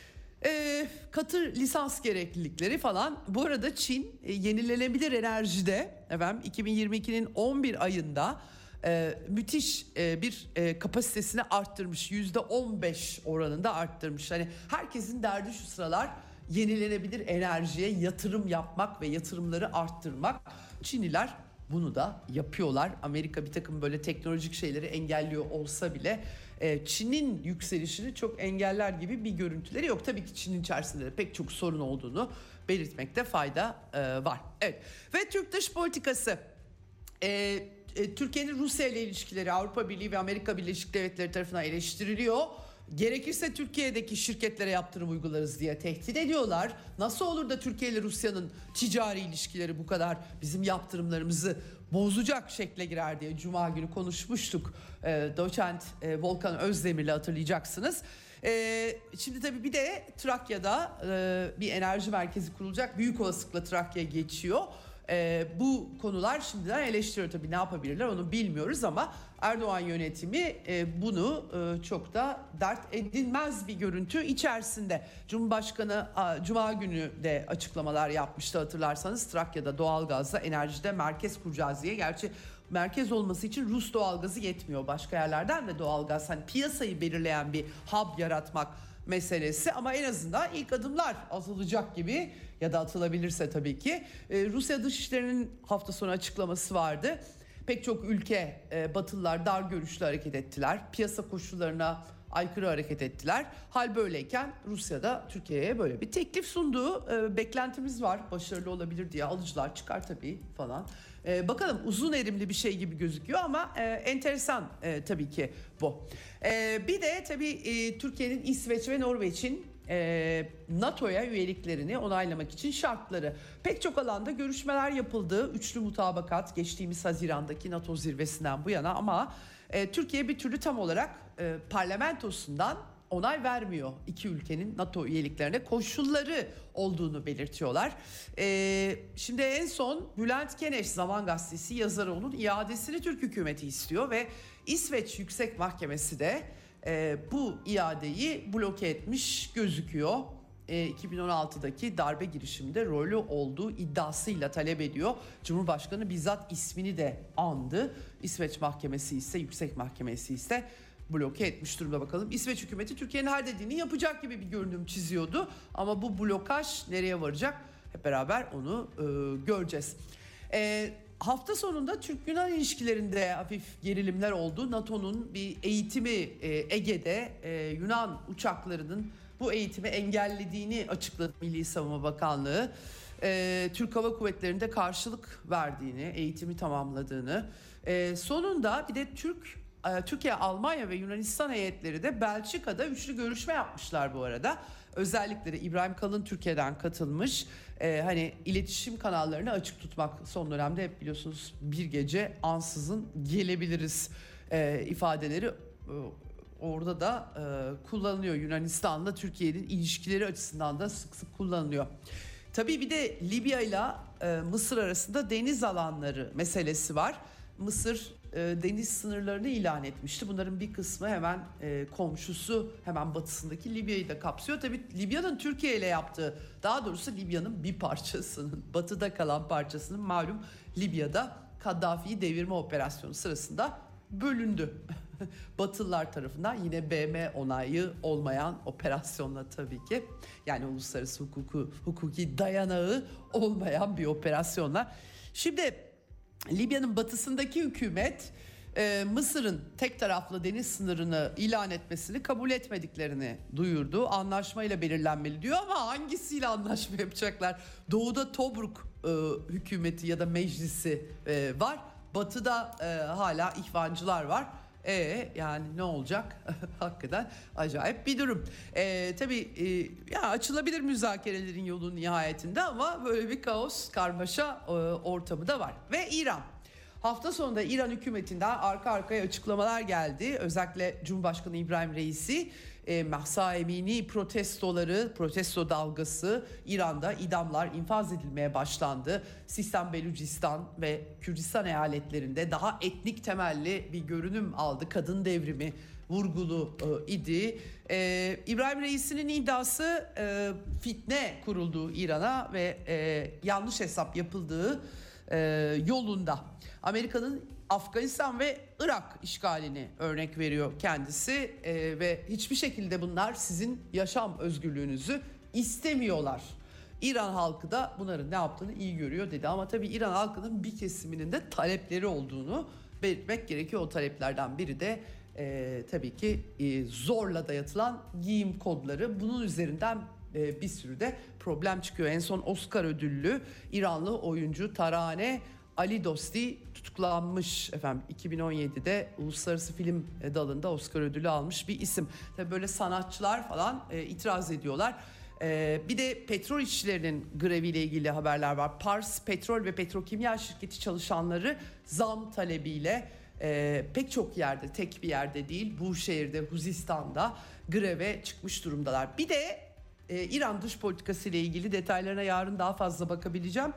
[SPEAKER 2] Katı lisans gereklilikleri falan. Bu arada Çin yenilenebilir enerjide 2022'nin 11 ayında müthiş bir kapasitesini arttırmış. %15 oranında arttırmış. Hani herkesin derdi şu sıralar yenilenebilir enerjiye yatırım yapmak ve yatırımları arttırmak. Çinliler bunu da yapıyorlar. Amerika bir takım böyle teknolojik şeyleri engelliyor olsa bile Çin'in yükselişini çok engeller gibi bir görüntüleri yok. Tabii ki Çin'in içerisinde de pek çok sorun olduğunu belirtmekte fayda var. Evet, ve Türk dış politikası. Türkiye'nin Rusya ile ilişkileri Avrupa Birliği ve Amerika Birleşik Devletleri tarafından eleştiriliyor. Gerekirse Türkiye'deki şirketlere yaptırım uygularız diye tehdit ediyorlar. Nasıl olur da Türkiye ile Rusya'nın ticari ilişkileri bu kadar bizim yaptırımlarımızı bozacak şekle girer diye Cuma günü konuşmuştuk. Doçent Volkan Özdemir'le hatırlayacaksınız. Şimdi tabii bir de Trakya'da bir enerji merkezi kurulacak. Büyük olasılıkla Trakya geçiyor. Bu konular şimdiden eleştiriyor, tabii ne yapabilirler onu bilmiyoruz ama Erdoğan yönetimi bunu çok da dert edinmez bir görüntü içerisinde. Cumhurbaşkanı Cuma günü de açıklamalar yapmıştı hatırlarsanız. Trakya'da doğalgazla enerjide merkez kuracağız diye. Gerçi merkez olması için Rus doğalgazı yetmiyor. Başka yerlerden de doğalgaz, hani piyasayı belirleyen bir hub yaratmak meselesi, ama en azından ilk adımlar atılacak gibi, ya da atılabilirse tabii ki. Rusya Dışişleri'nin hafta sonu açıklaması vardı. Pek çok ülke Batılılar dar görüşlü hareket ettiler. Piyasa koşullarına aykırı hareket ettiler. Hal böyleyken Rusya da Türkiye'ye böyle bir teklif sundu. Beklentimiz var, başarılı olabilir diye, alıcılar çıkar tabii falan. Bakalım, uzun erimli bir şey gibi gözüküyor ama enteresan tabii ki bu. Bir de tabii Türkiye'nin İsveç ve Norveç'in NATO'ya üyeliklerini onaylamak için şartları. Pek çok alanda görüşmeler yapıldı. Üçlü mutabakat geçtiğimiz Haziran'daki NATO zirvesinden bu yana, ama Türkiye bir türlü tam olarak parlamentosundan onay vermiyor iki ülkenin NATO üyeliklerine. Koşulları olduğunu belirtiyorlar. Şimdi en son Bülent Keneş, Zaman Gazetesi yazarı, onun iadesini Türk hükümeti istiyor ve İsveç Yüksek Mahkemesi de bu iadeyi bloke etmiş gözüküyor. 2016'daki darbe girişiminde rolü olduğu iddiasıyla talep ediyor. Cumhurbaşkanı bizzat ismini de andı. İsveç Mahkemesi ise, Yüksek Mahkemesi ise bloke etmiş durumda. Bakalım, İsveç hükümeti Türkiye'nin her dediğini yapacak gibi bir görünüm çiziyordu. Ama bu blokaj nereye varacak? Hep beraber onu göreceğiz. Hafta sonunda Türk-Yunan ilişkilerinde hafif gerilimler oldu. NATO'nun bir eğitimi Ege'de Yunan uçaklarının bu eğitimi engellediğini açıkladı Milli Savunma Bakanlığı. Türk Hava Kuvvetleri'nde karşılık verdiğini, eğitimi tamamladığını, sonunda bir de Türkiye, Almanya ve Yunanistan heyetleri de Belçika'da üçlü görüşme yapmışlar bu arada. Özellikle de İbrahim Kalın Türkiye'den katılmış. Hani iletişim kanallarını açık tutmak son dönemde hep biliyorsunuz bir gece ansızın gelebiliriz ifadeleri orada da kullanılıyor. Yunanistan'la Türkiye'nin ilişkileri açısından da sık sık kullanılıyor. Tabii bir de Libya ile Mısır arasında deniz alanları meselesi var. Mısır deniz sınırlarını ilan etmişti. Bunların bir kısmı hemen komşusu, hemen batısındaki Libya'yı da kapsıyor. Tabii Libya'nın Türkiye ile yaptığı, daha doğrusu Libya'nın bir parçasının, batıda kalan parçasının malum Libya'da Kaddafi'yi devirme operasyonu sırasında bölündü. Batılılar tarafından yine BM onayı olmayan operasyonla tabii ki, yani uluslararası hukuki dayanağı olmayan bir operasyonla. Şimdi Libya'nın batısındaki hükümet Mısır'ın tek taraflı deniz sınırını ilan etmesini kabul etmediklerini duyurdu. Anlaşmayla belirlenmeli diyor ama hangisiyle anlaşma yapacaklar? Doğuda Tobruk hükümeti ya da meclisi var. Batıda hala ihvancılar var. Yani ne olacak? Hakikaten acayip bir durum. Tabii ya açılabilir müzakerelerin yolu nihayetinde ama böyle bir kaos, karmaşa ortamı da var. Ve İran. Hafta sonunda İran hükümetinden arka arkaya açıklamalar geldi. Özellikle Cumhurbaşkanı İbrahim Reisi Mahsa Emini protesto dalgası, İran'da idamlar infaz edilmeye başlandı. Sistan, Belucistan ve Kürdistan eyaletlerinde daha etnik temelli bir görünüm aldı. Kadın devrimi vurgulu idi. İbrahim Reisi'nin iddiası fitne kurulduğu İran'a ve yanlış hesap yapıldığı yolunda. Amerika'nın Afganistan ve Irak işgalini örnek veriyor kendisi ve hiçbir şekilde bunlar sizin yaşam özgürlüğünüzü istemiyorlar. İran halkı da bunların ne yaptığını iyi görüyor dedi ama tabii İran halkının bir kesiminin de talepleri olduğunu belirtmek gerekiyor. O taleplerden biri de tabii ki zorla dayatılan giyim kodları. Bunun üzerinden bir sürü de problem çıkıyor. En son Oscar ödüllü İranlı oyuncu Tarane Ali Dosti tutuklanmış efendim. 2017'de uluslararası film dalında Oscar ödülü almış bir isim. Tabii böyle sanatçılar falan itiraz ediyorlar. Bir de petrol işçilerinin greviyle ilgili haberler var. Pars Petrol ve Petrokimya şirketi çalışanları zam talebiyle pek çok yerde, tek bir yerde değil, bu şehirde, Huzistan'da greve çıkmış durumdalar. Bir de İran dış politikası ile ilgili detaylarına yarın daha fazla bakabileceğim.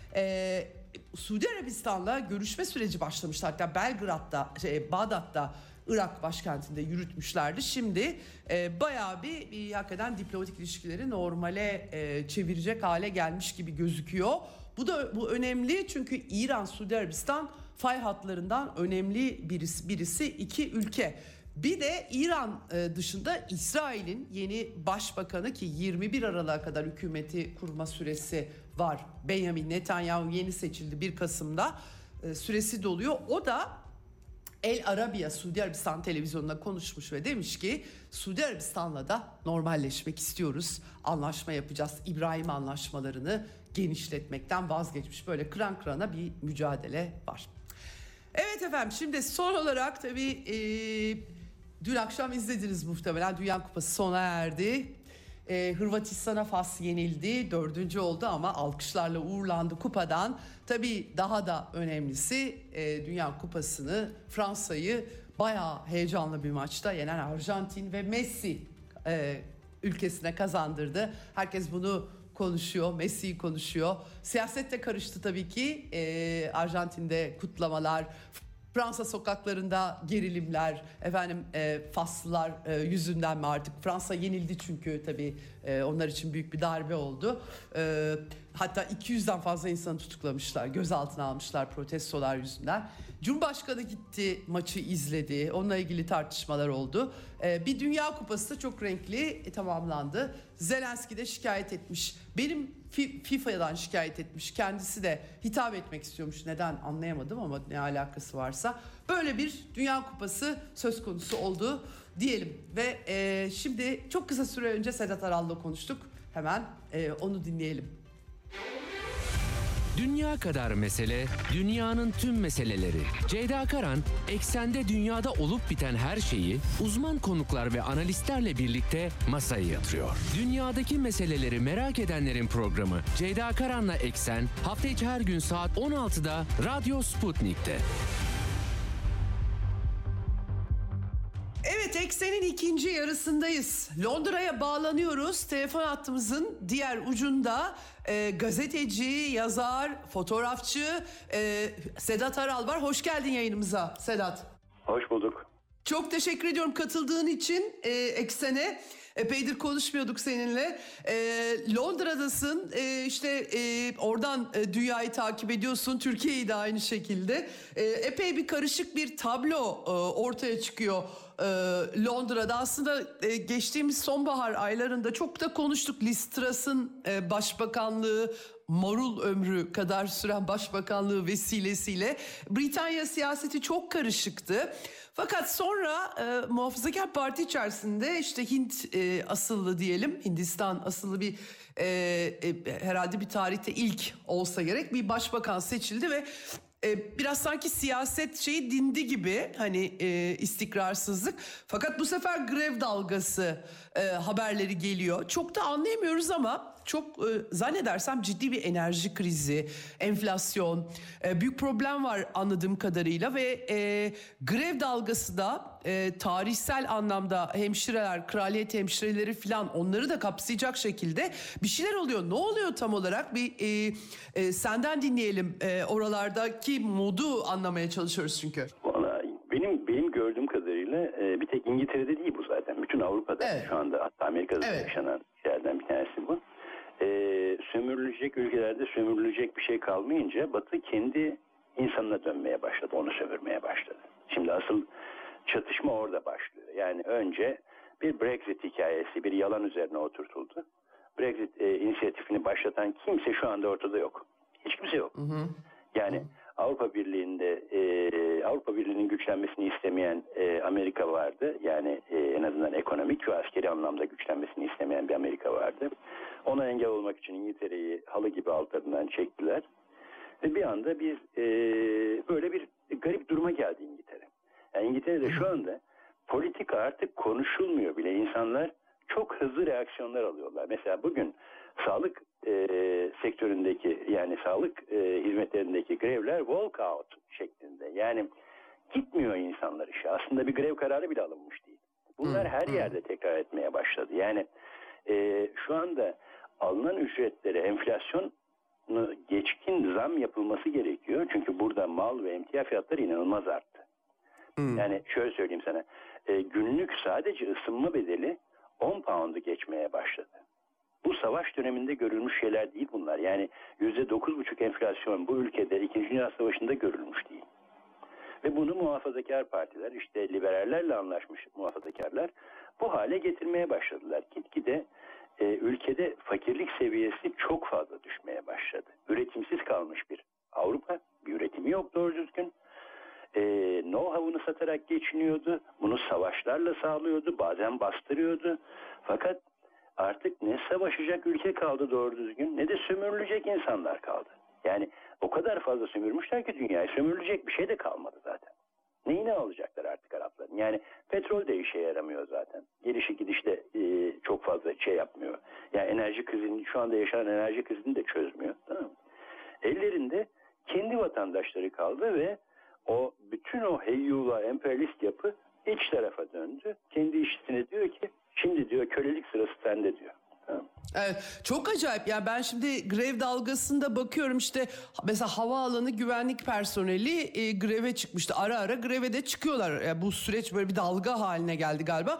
[SPEAKER 2] Suudi Arabistan'la görüşme süreci başlamıştı. Hatta Belgrad'da, Bağdat'ta, Irak başkentinde yürütmüşlerdi. Şimdi bayağı bir hakikaten diplomatik ilişkileri normale çevirecek hale gelmiş gibi gözüküyor. Bu önemli çünkü İran, Suudi Arabistan fay hatlarından önemli birisi iki ülke. Bir de İran dışında İsrail'in yeni başbakanı ki 21 Aralık'a kadar hükümeti kurma süresi var. Benjamin Netanyahu yeni seçildi 1 Kasım'da süresi doluyor. O da El Arabiya Suudi Arabistan televizyonunda konuşmuş ve demiş ki Suudi Arabistan'la da normalleşmek istiyoruz. Anlaşma yapacağız. İbrahim anlaşmalarını genişletmekten vazgeçmiş. Böyle kıran kırana bir mücadele var. Evet efendim, şimdi son olarak tabii dün akşam izlediniz muhtemelen, Dünya Kupası sona erdi. Hırvatistan'a Fas yenildi, 4. oldu ama alkışlarla uğurlandı kupadan. Tabii daha da önemlisi Dünya Kupası'nı, Fransa'yı bayağı heyecanlı bir maçta yenen Arjantin ve Messi ülkesine kazandırdı. Herkes bunu konuşuyor, Messi'yi konuşuyor. Siyaset de karıştı tabii ki. Arjantin'de kutlamalar, Fransa sokaklarında gerilimler, Faslılar yüzünden mi artık? Fransa yenildi çünkü tabii onlar için büyük bir darbe oldu. Hatta 200'den fazla insanı tutuklamışlar, gözaltına almışlar protestolar yüzünden. Cumhurbaşkanı gitti, maçı izledi, onunla ilgili tartışmalar oldu. Bir Dünya Kupası da çok renkli tamamlandı. Zelenski de şikayet etmiş. Benim FIFA'dan şikayet etmiş. Kendisi de hitap etmek istiyormuş. Neden anlayamadım ama ne alakası varsa. Böyle bir Dünya Kupası söz konusu oldu diyelim. Ve şimdi çok kısa süre önce Sedat Aral'la konuştuk. Hemen onu dinleyelim.
[SPEAKER 1] Dünya kadar mesele, dünyanın tüm meseleleri. Ceyda Karan, eksende dünyada olup biten her şeyi uzman konuklar ve analistlerle birlikte masaya yatırıyor. Dünyadaki meseleleri merak edenlerin programı Ceyda Karan'la Eksen hafta içi her gün saat 16'da Radyo Sputnik'te.
[SPEAKER 2] Evet, Eksen'in ikinci yarısındayız. Londra'ya bağlanıyoruz. Telefon hattımızın diğer ucunda gazeteci, yazar, fotoğrafçı Sedat Aral var. Hoş geldin yayınımıza Sedat.
[SPEAKER 3] Hoş bulduk.
[SPEAKER 2] Çok teşekkür ediyorum katıldığın için Eksen'e. Epeydir konuşmuyorduk seninle. Londra'dasın. Oradan dünyayı takip ediyorsun. Türkiye'yi de aynı şekilde. Epey bir karışık bir tablo ortaya çıkıyor Londra'da. Aslında geçtiğimiz sonbahar aylarında çok da konuştuk. Liz Truss'ın başbakanlığı, marul ömrü kadar süren başbakanlığı vesilesiyle Britanya siyaseti çok karışıktı. Fakat sonra Muhafazakar Parti içerisinde işte Hint asıllı diyelim, Hindistan asıllı bir herhalde bir tarihte ilk olsa gerek bir başbakan seçildi ve biraz sanki siyaset şeyi dindi gibi, hani istikrarsızlık. Fakat bu sefer grev dalgası haberleri geliyor. Çok da anlayamıyoruz ama çok zannedersem ciddi bir enerji krizi, enflasyon, büyük problem var anladığım kadarıyla ve grev dalgası da tarihsel anlamda hemşireler, kraliyet hemşireleri falan onları da kapsayacak şekilde bir şeyler oluyor. Ne oluyor tam olarak? Bir senden dinleyelim. Oralardaki modu anlamaya çalışıyoruz çünkü.
[SPEAKER 3] Vallahi benim gördüğüm kadarıyla bir tek İngiltere'de değil bu zaten. Bütün Avrupa'da şu anda, hatta Amerika'da yaşanan şeylerden bir tanesi bu. Sömürülecek ülkelerde sömürülecek bir şey kalmayınca Batı kendi insanına dönmeye başladı. Onu sömürmeye başladı. Şimdi asıl çatışma orada başlıyor. Yani önce bir Brexit hikayesi, bir yalan üzerine oturtuldu. Brexit inisiyatifini başlatan kimse şu anda ortada yok. Hiç kimse yok. Yani Avrupa Birliği'nin güçlenmesini istemeyen Amerika vardı. Yani en azından ekonomik ve askeri anlamda güçlenmesini istemeyen bir Amerika vardı. Ona engel olmak için İngiltere'yi halı gibi altlarından çektiler. Ve bir anda böyle bir garip duruma geldi İngiltere. Yani İngiltere'de şu anda politika artık konuşulmuyor bile. İnsanlar çok hızlı reaksiyonlar alıyorlar. Mesela bugün sağlık sektöründeki, yani sağlık hizmetlerindeki grevler walkout şeklinde. Yani gitmiyor insanlar işe. Aslında bir grev kararı bile alınmış değil. Bunlar her yerde tekrar etmeye başladı. Yani şu anda alınan ücretlere enflasyonu geçkin zam yapılması gerekiyor. Çünkü burada mal ve emtia fiyatları inanılmaz arttı. Yani şöyle söyleyeyim sana. Günlük sadece ısınma bedeli 10 pound'u geçmeye başladı. Bu savaş döneminde görülmüş şeyler değil bunlar. Yani %9,5 enflasyon bu ülkede 2. Dünya Savaşı'nda görülmüş değil. Ve bunu muhafazakar partiler, işte liberallerle anlaşmış muhafazakarlar bu hale getirmeye başladılar. Gitgide ülkede fakirlik seviyesi çok fazla düşmeye başladı. Üretimsiz kalmış bir Avrupa, bir üretimi yok doğru düzgün. Know-how'unu satarak geçiniyordu. Bunu savaşlarla sağlıyordu. Bazen bastırıyordu. Fakat artık ne savaşacak ülke kaldı doğru düzgün, ne de sömürülecek insanlar kaldı. Yani o kadar fazla sömürmüşler ki dünyayı, sömürülecek bir şey de kalmadı zaten. Neyini alacaklar artık Arapların? Yani petrol de işe yaramıyor zaten. Gelişi gidişte çok fazla şey yapmıyor. Yani enerji krizini, şu anda yaşanan enerji krizini de çözmüyor. Tamam mı? Ellerinde kendi vatandaşları kaldı ve bütün o heyyula, emperyalist yapı iç tarafa döndü. Kendi işçisine diyor ki şimdi diyor kölelik sırası sende diyor. Tamam.
[SPEAKER 2] Evet, çok acayip. Yani ben şimdi grev dalgasında bakıyorum, işte mesela havaalanı güvenlik personeli greve çıkmıştı. Ara ara greve de çıkıyorlar. Yani bu süreç böyle bir dalga haline geldi galiba.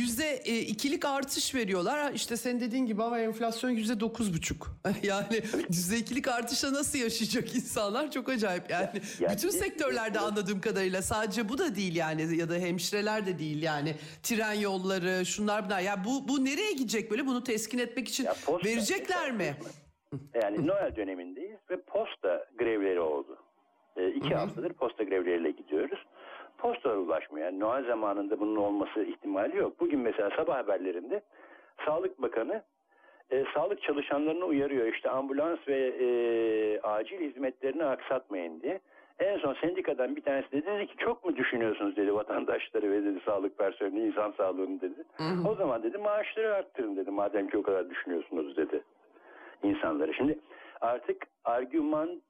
[SPEAKER 2] %2'lik artış veriyorlar. İşte senin dediğin gibi ama enflasyon %9,5. Yani %2'lik artışa nasıl yaşayacak insanlar? Çok acayip yani. Bütün sektörlerde anladığım kadarıyla, sadece bu da değil yani, ya da hemşireler de değil yani. Tren yolları, şunlar bunlar. Ya bu nereye gidecek böyle? Bunu teskin etmek için verecekler mi?
[SPEAKER 3] Yani Noel dönemindeyiz ve posta grevleri oldu. 2 haftadır posta grevleriyle gidiyoruz. Posta ulaşmıyor. Yani Noel zamanında bunun olması ihtimali yok. Bugün mesela sabah haberlerinde Sağlık Bakanı sağlık çalışanlarını uyarıyor. İşte ambulans ve acil hizmetlerini aksatmayın diye. En son sendikadan bir tanesi dedi ki çok mu düşünüyorsunuz dedi vatandaşları ve dedi sağlık personeli, insan sağlığını dedi. O zaman dedi maaşları arttırın dedi madem ki o kadar düşünüyorsunuz dedi insanları. Şimdi artık argüman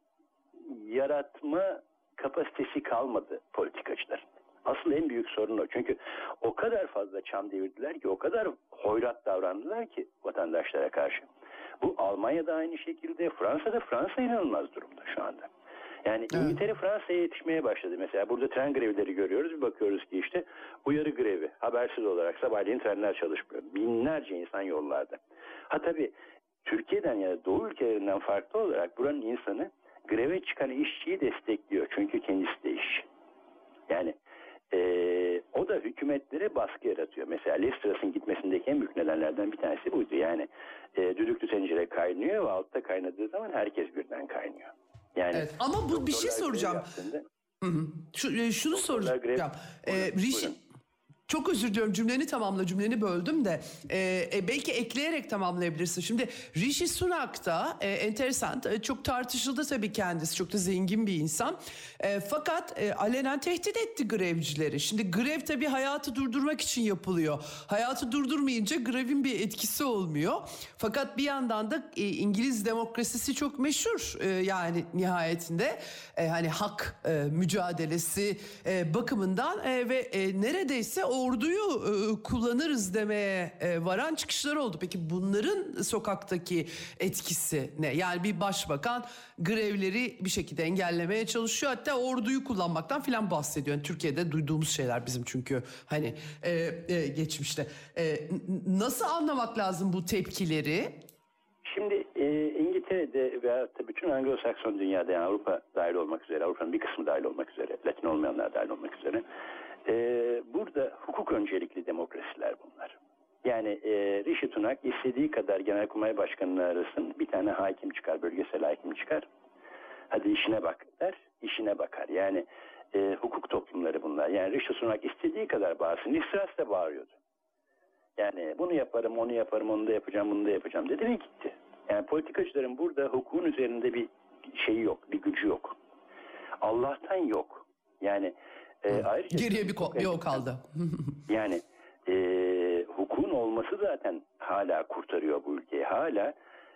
[SPEAKER 3] yaratma kapasitesi kalmadı politikacıların. Asıl en büyük sorun o. Çünkü o kadar fazla çam devirdiler ki, o kadar hoyrat davrandılar ki vatandaşlara karşı. Bu Almanya'da aynı şekilde, Fransa inanılmaz durumda şu anda. Yani İngiltere Fransa'ya yetişmeye başladı. Mesela burada tren grevleri görüyoruz. Bir bakıyoruz ki işte uyarı grevi. Habersiz olarak sabahleyin trenler çalışmıyor. Binlerce insan yollarda. Ha tabii Türkiye'den ya da Doğu ülkelerinden farklı olarak buranın insanı greve çıkan işçiyi destekliyor. Çünkü kendisi de işçi. Yani o da hükümetlere baskı yaratıyor. Mesela Liz Truss'ın gitmesindeki en büyük nedenlerden bir tanesi buydu. Yani düdüklü tencere kaynıyor ve altta kaynadığı zaman herkes birden kaynıyor. Yani
[SPEAKER 2] evet. Ama bu bir şey soracağım. Şunu soracağım. Rishi, çok özür diliyorum, cümleni böldüm de belki ekleyerek tamamlayabilirsin. Şimdi Rishi Sunak da enteresan, çok tartışıldı tabii, kendisi çok da zengin bir insan. Fakat alenen tehdit etti grevcileri. Şimdi grev tabii hayatı durdurmak için yapılıyor. Hayatı durdurmayınca grevin bir etkisi olmuyor. Fakat bir yandan da İngiliz demokrasisi çok meşhur, yani nihayetinde hani hak mücadelesi bakımından ve neredeyse orduyu kullanırız demeye varan çıkışlar oldu. Peki bunların sokaktaki etkisi ne? Yani bir başbakan grevleri bir şekilde engellemeye çalışıyor. Hatta orduyu kullanmaktan filan bahsediyor. Yani Türkiye'de duyduğumuz şeyler bizim çünkü hani geçmişte. Nasıl anlamak lazım bu tepkileri?
[SPEAKER 3] Şimdi İngiltere'de veya bütün Anglo-Sakson dünyada, yani Avrupa dahil olmak üzere, Avrupa'nın bir kısmı dahil olmak üzere, Latin olmayanlar dahil olmak üzere, burada hukuk öncelikli demokrasiler bunlar. Yani Rishi Sunak istediği kadar Genelkurmay Başkanı'nı arasın, bir tane hakim çıkar, bölgesel hakim çıkar. Hadi işine bak der, işine bakar. Yani hukuk toplumları bunlar. Yani Rishi Sunak istediği kadar bağırsın. Liz Truss da bağırıyordu. Yani bunu yaparım, onu yaparım, onu da yapacağım, bunu da yapacağım dedi ve gitti. Yani politikacıların burada hukukun üzerinde bir şeyi yok, bir gücü yok. Allah'tan yok. Yani ayrıca
[SPEAKER 2] geriye bir yol kaldı.
[SPEAKER 3] Yani hukukun olması zaten hala kurtarıyor bu ülkeyi. Hala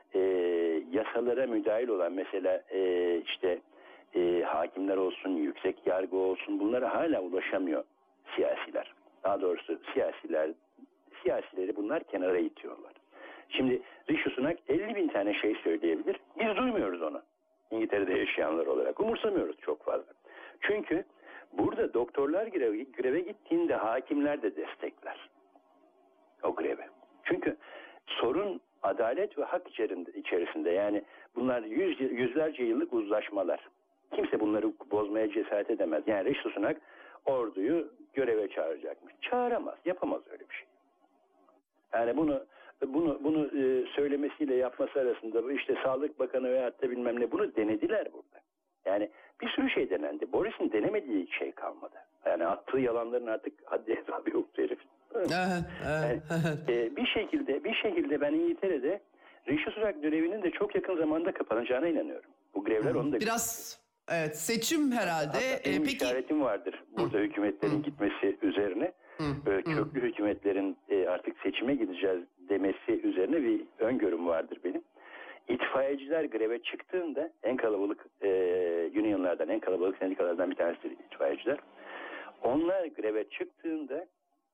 [SPEAKER 3] yasalara müdahil olan, mesela işte hakimler olsun, yüksek yargı olsun, bunlara hala ulaşamıyor siyasiler. Daha doğrusu siyasileri bunlar kenara itiyorlar. Şimdi Rishi Sunak 50 bin tane şey söyleyebilir. Biz duymuyoruz onu. İngiltere'de yaşayanlar olarak. Umursamıyoruz çok fazla. Çünkü burada doktorlar greve gittiğinde hakimler de destekler o greve. Çünkü sorun adalet ve hak içerisinde. Yani bunlar yüzlerce yıllık uzlaşmalar. Kimse bunları bozmaya cesaret edemez. Yani Rishi Sunak orduyu göreve çağıracakmış. Çağıramaz, yapamaz öyle bir şey. Yani bunu söylemesiyle yapması arasında işte Sağlık Bakanı veyahut da bilmem ne, bunu denediler burada. Yani bir sürü şey denendi. Boris'in denemediği şey kalmadı. Yani attığı yalanların artık haddi hesabı yoktu herifin. Yani, bir şekilde ben İngiltere'de Rishi Sunak döneminin de çok yakın zamanda kapanacağına inanıyorum. Bu grevler onu da
[SPEAKER 2] biraz evet, seçim herhalde.
[SPEAKER 3] Benim
[SPEAKER 2] Peki
[SPEAKER 3] işaretim vardır burada hükümetlerin gitmesi üzerine. Köklü hükümetlerin artık seçime gideceğiz demesi üzerine bir öngörüm vardır benim. İtfaiyeciler greve çıktığında, en kalabalık unionlardan, en kalabalık sendikalardan bir tanesidir itfaiyeciler. Onlar greve çıktığında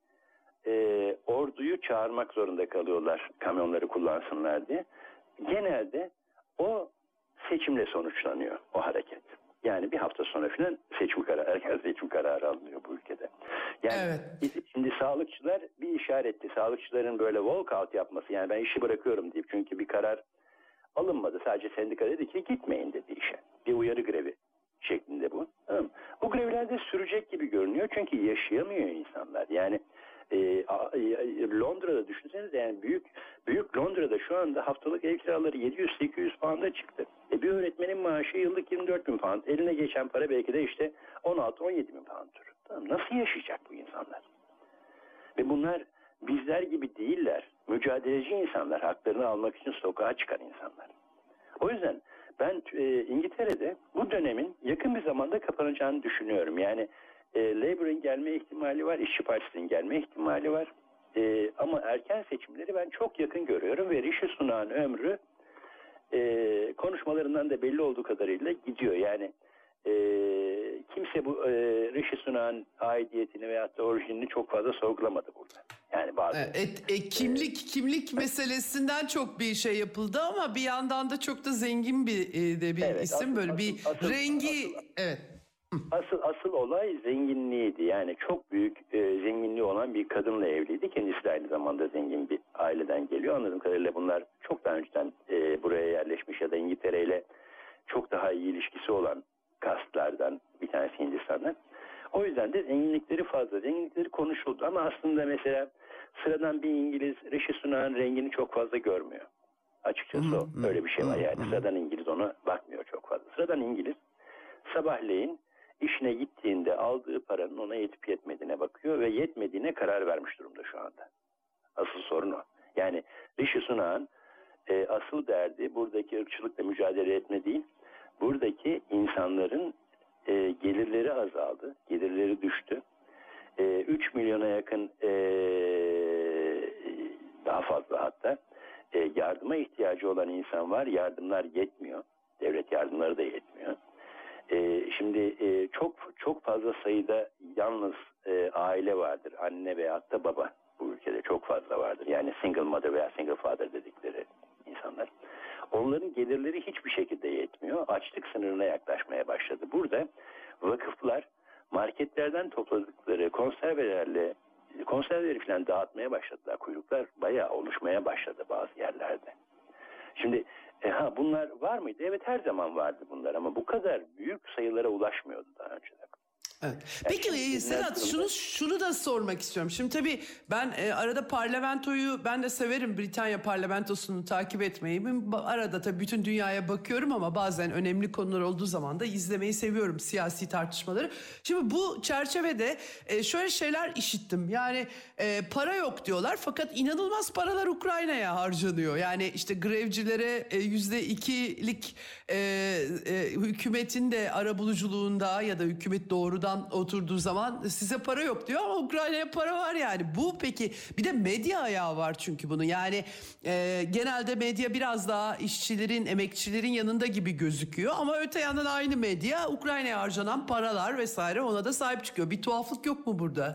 [SPEAKER 3] orduyu çağırmak zorunda kalıyorlar, kamyonları kullansınlar diye. Genelde o seçimle sonuçlanıyor o hareket. Yani bir hafta sonra falan erken seçim kararı alınıyor bu ülkede. Yani evet. Şimdi sağlıkçılar bir işaretti. Sağlıkçıların böyle walkout yapması, yani ben işi bırakıyorum deyip, çünkü bir karar alınmadı. Sadece sendika dedi ki gitmeyin dedi işe. Bir uyarı grevi şeklinde bu. Tamam. Bu grevlerde sürecek gibi görünüyor. Çünkü yaşayamıyor insanlar. Yani Londra'da düşünsenize, yani büyük Londra'da şu anda haftalık ev kiraları 700-800 pound'a çıktı. Bir öğretmenin maaşı yıllık 24 bin pound. Eline geçen para belki de işte 16-17 bin pound'tur. Tamam. Nasıl yaşayacak bu insanlar? Ve bunlar bizler gibi değiller. mücadeleci insanlar, haklarını almak için sokağa çıkan insanlar. O yüzden ben İngiltere'de bu dönemin yakın bir zamanda kapanacağını düşünüyorum. Yani Labour'ın gelme ihtimali var, İşçi Partisi'nin gelme ihtimali var. Ama erken seçimleri ben çok yakın görüyorum ve Rishi Sunak'ın ömrü konuşmalarından da belli olduğu kadarıyla gidiyor. Yani kimse bu Rishi Sunak'ın aidiyetini veyahut da orijinini çok fazla sorgulamadı burada. Yani bazı
[SPEAKER 2] kimlik meselesinden çok bir şey yapıldı ama bir yandan da çok da zengin bir
[SPEAKER 3] Evet,
[SPEAKER 2] isim, böyle bir rengi evet.
[SPEAKER 3] Asıl olay zenginliğiydi. Yani çok büyük zenginliği olan bir kadınla evliydi. Kendisi de aynı zamanda zengin bir aileden geliyor. Anladığım kadarıyla bunlar çok daha önceden buraya yerleşmiş ya da İngiltere ile çok daha iyi ilişkisi olan kastlardan bir tanesi Hindistan'dan. O yüzden de zenginlikleri fazla. Zenginlikleri konuşuldu ama aslında mesela sıradan bir İngiliz Rishi Sunak'ın rengini çok fazla görmüyor. Açıkçası o. Öyle bir şey var yani. Sıradan İngiliz ona bakmıyor çok fazla. Sıradan İngiliz sabahleyin işine gittiğinde aldığı paranın ona yetip yetmediğine bakıyor ve yetmediğine karar vermiş durumda şu anda. Asıl sorun o. Yani Rishi Sunak'ın asıl derdi buradaki ırkçılıkla mücadele etme değil, buradaki insanların gelirleri azaldı, gelirleri düştü. 3 milyona yakın daha fazla hatta yardıma ihtiyacı olan insan var. Yardımlar yetmiyor. Devlet yardımları da yetmiyor. Şimdi çok fazla sayıda yalnız aile vardır. Anne veyahut da baba bu ülkede çok fazla vardır. Yani single mother veya single father dedikleri insanlar. Onların gelirleri hiçbir şekilde yetmiyor. Açlık sınırına yaklaşmaya başladı. Burada vakıflar marketlerden topladıkları konserveleri falan dağıtmaya başladılar. Kuyruklar bayağı oluşmaya başladı bazı yerlerde. Şimdi bunlar var mıydı? Evet, her zaman vardı bunlar ama bu kadar büyük sayılara ulaşmıyordu daha önceden.
[SPEAKER 2] Evet. Peki Sedat, şunu da sormak istiyorum. Şimdi tabii ben arada parlamentoyu ben de severim, Britanya parlamentosunu takip etmeyi. Arada tabii bütün dünyaya bakıyorum ama bazen önemli konular olduğu zaman da izlemeyi seviyorum, siyasi tartışmaları. Şimdi bu çerçevede şöyle şeyler işittim. Yani para yok diyorlar fakat inanılmaz paralar Ukrayna'ya harcanıyor. Yani işte grevcilere %2'lik hükümetin de arabuluculuğunda ya da hükümet doğrudan oturduğu zaman size para yok diyor ama Ukrayna'ya para var yani. Bu peki bir de medya ayağı var çünkü bunun. Yani genelde medya biraz daha işçilerin, emekçilerin yanında gibi gözüküyor ama öte yandan aynı medya Ukrayna'ya harcanan paralar vesaire ona da sahip çıkıyor. Bir tuhaflık yok mu burada?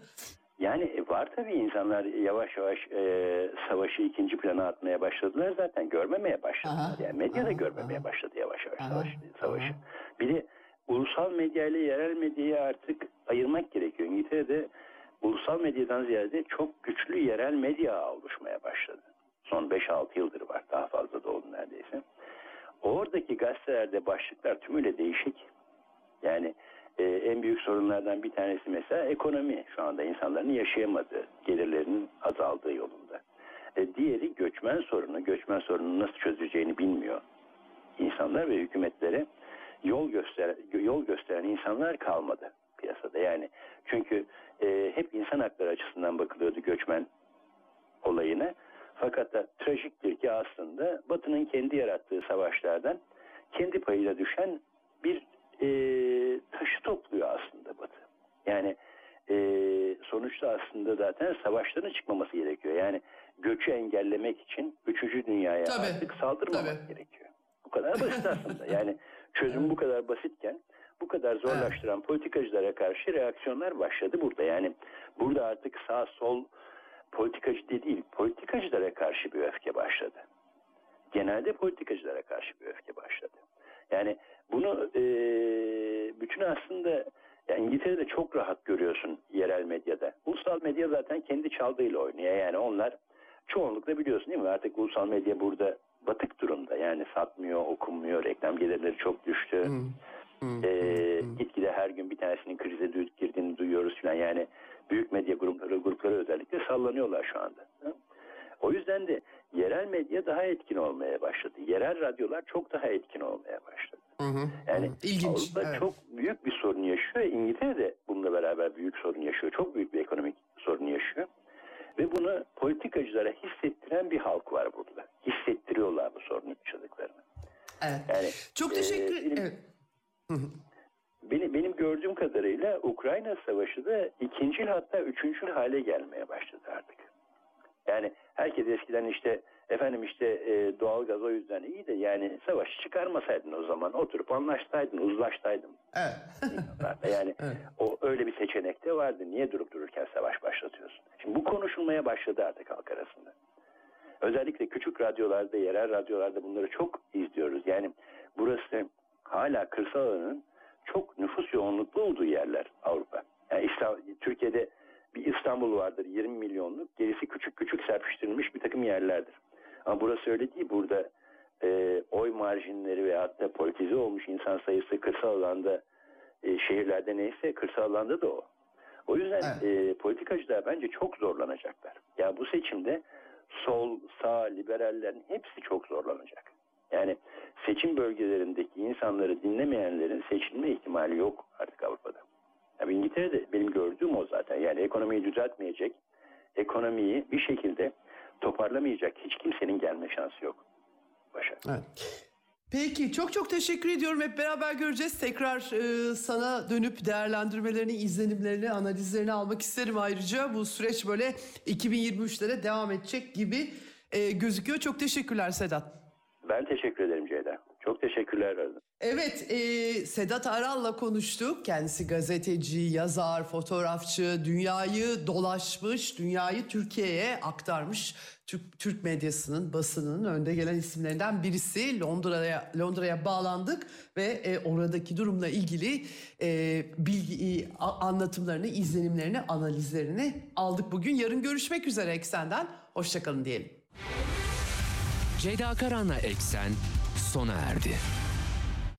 [SPEAKER 3] Yani var tabii, insanlar yavaş yavaş savaşı ikinci plana atmaya başladılar, zaten görmemeye başladılar. Yani medya da görmemeye başladı yavaş yavaş savaşı. Bir de ulusal medya ile yerel medyayı artık ayırmak gerekiyor. İngiltere'de ulusal medyadan ziyade çok güçlü yerel medya oluşmaya başladı. Son 5-6 yıldır var, daha fazla da oldu neredeyse. Oradaki gazetelerde başlıklar tümüyle değişik. Yani en büyük sorunlardan bir tanesi mesela ekonomi. Şu anda insanların yaşayamadığı, gelirlerinin azaldığı yolunda. Diğeri göçmen sorunu. Göçmen sorununu nasıl çözeceğini bilmiyor insanlar ve hükümetlere yol gösteren insanlar kalmadı piyasada. Yani çünkü hep insan hakları açısından bakılıyordu göçmen olayına. Fakat da trajiktir ki aslında Batı'nın kendi yarattığı savaşlardan kendi payıyla düşen bir taşı topluyor aslında Batı. Yani sonuçta aslında zaten savaşların çıkmaması gerekiyor. Yani göçü engellemek için 3. dünyaya artık saldırmamak gerekiyor. Bu kadar basit aslında. Yani çözüm bu kadar basitken bu kadar zorlaştıran politikacılara karşı reaksiyonlar başladı burada. Yani burada artık sağ sol politikacı değil, politikacılara karşı bir öfke başladı. Genelde politikacılara karşı bir öfke başladı. Yani bunu bütün aslında yani İngiltere'de çok rahat görüyorsun yerel medyada. Ulusal medya zaten kendi çaldığıyla oynuyor. Yani onlar çoğunlukla biliyorsun değil mi? Artık ulusal medya burada batık durumda. Yani satmıyor, okunmuyor, reklam gelirleri çok düştü. Gitgide her gün bir tanesinin krize girdiğini duyuyoruz falan. Yani büyük medya grupları özellikle sallanıyorlar şu anda. O yüzden de yerel medya daha etkin olmaya başladı. Yerel radyolar çok daha etkin olmaya başladı. Yani
[SPEAKER 2] İlginç.
[SPEAKER 3] Avrupa çok büyük bir sorun yaşıyor. İngiltere de bununla beraber büyük sorun yaşıyor. Çok büyük bir ekonomik sorun yaşıyor. Ve bunu politik politikacılara hissettiren bir halk var burada. Hissettiriyorlar bu sorunu yaşadıklarını.
[SPEAKER 2] Evet.
[SPEAKER 3] Yani,
[SPEAKER 2] Çok teşekkür ederim.
[SPEAKER 3] Benim gördüğüm kadarıyla Ukrayna Savaşı da ikincil hatta üçüncül hale gelmeye başladı artık. Yani herkes eskiden işte doğalgaz o yüzden iyi de yani savaşı çıkarmasaydın o zaman oturup anlaşsaydın, uzlaşsaydın.
[SPEAKER 2] Evet.
[SPEAKER 3] Yani
[SPEAKER 2] evet.
[SPEAKER 3] o öyle bir seçenek de vardı. Niye durup dururken savaş başlatıyorsun? Şimdi bu konuşulmaya başladı artık halk arasında. Özellikle küçük radyolarda, yerel radyolarda bunları çok izliyoruz. Yani burası hala kırsal alanın çok nüfus yoğunluklu olduğu yerler Avrupa. Yani Türkiye'de bir İstanbul vardır 20 milyonluk, gerisi küçük küçük serpiştirilmiş bir takım yerlerdir. Ama burası öyle değil. Burada oy marjinleri ve hatta politize olmuş insan sayısı kırsal alanda, şehirlerde neyse kırsal alanda da o. O yüzden politikacılar bence çok zorlanacaklar. Ya bu seçimde sol, sağ, liberallerin hepsi çok zorlanacak. Yani seçim bölgelerindeki insanları dinlemeyenlerin seçilme ihtimali yok artık Avrupa'da. Yani İngiltere'de benim gördüğüm o zaten. Yani ekonomiyi düzeltmeyecek, ekonomiyi bir şekilde toparlamayacak hiç kimsenin gelme şansı yok. Başak.
[SPEAKER 2] Evet. Peki çok teşekkür ediyorum. Hep beraber göreceğiz. Tekrar sana dönüp değerlendirmelerini, izlenimlerini, analizlerini almak isterim ayrıca. Bu süreç böyle 2023'lere devam edecek gibi gözüküyor. Çok teşekkürler Sedat.
[SPEAKER 3] Ben teşekkür ederim Ceyda. Çok teşekkürler.
[SPEAKER 2] Evet, Sedat Aral'la konuştuk. Kendisi gazeteci, yazar, fotoğrafçı, dünyayı dolaşmış, dünyayı Türkiye'ye aktarmış. Türk medyasının, basınının önde gelen isimlerinden birisi. Londra'ya bağlandık ve oradaki durumla ilgili anlatımlarını, izlenimlerini, analizlerini aldık bugün. Yarın görüşmek üzere Eksen'den. Hoşça kalın diyelim.
[SPEAKER 1] Ceyda Karan'la Eksen sona erdi.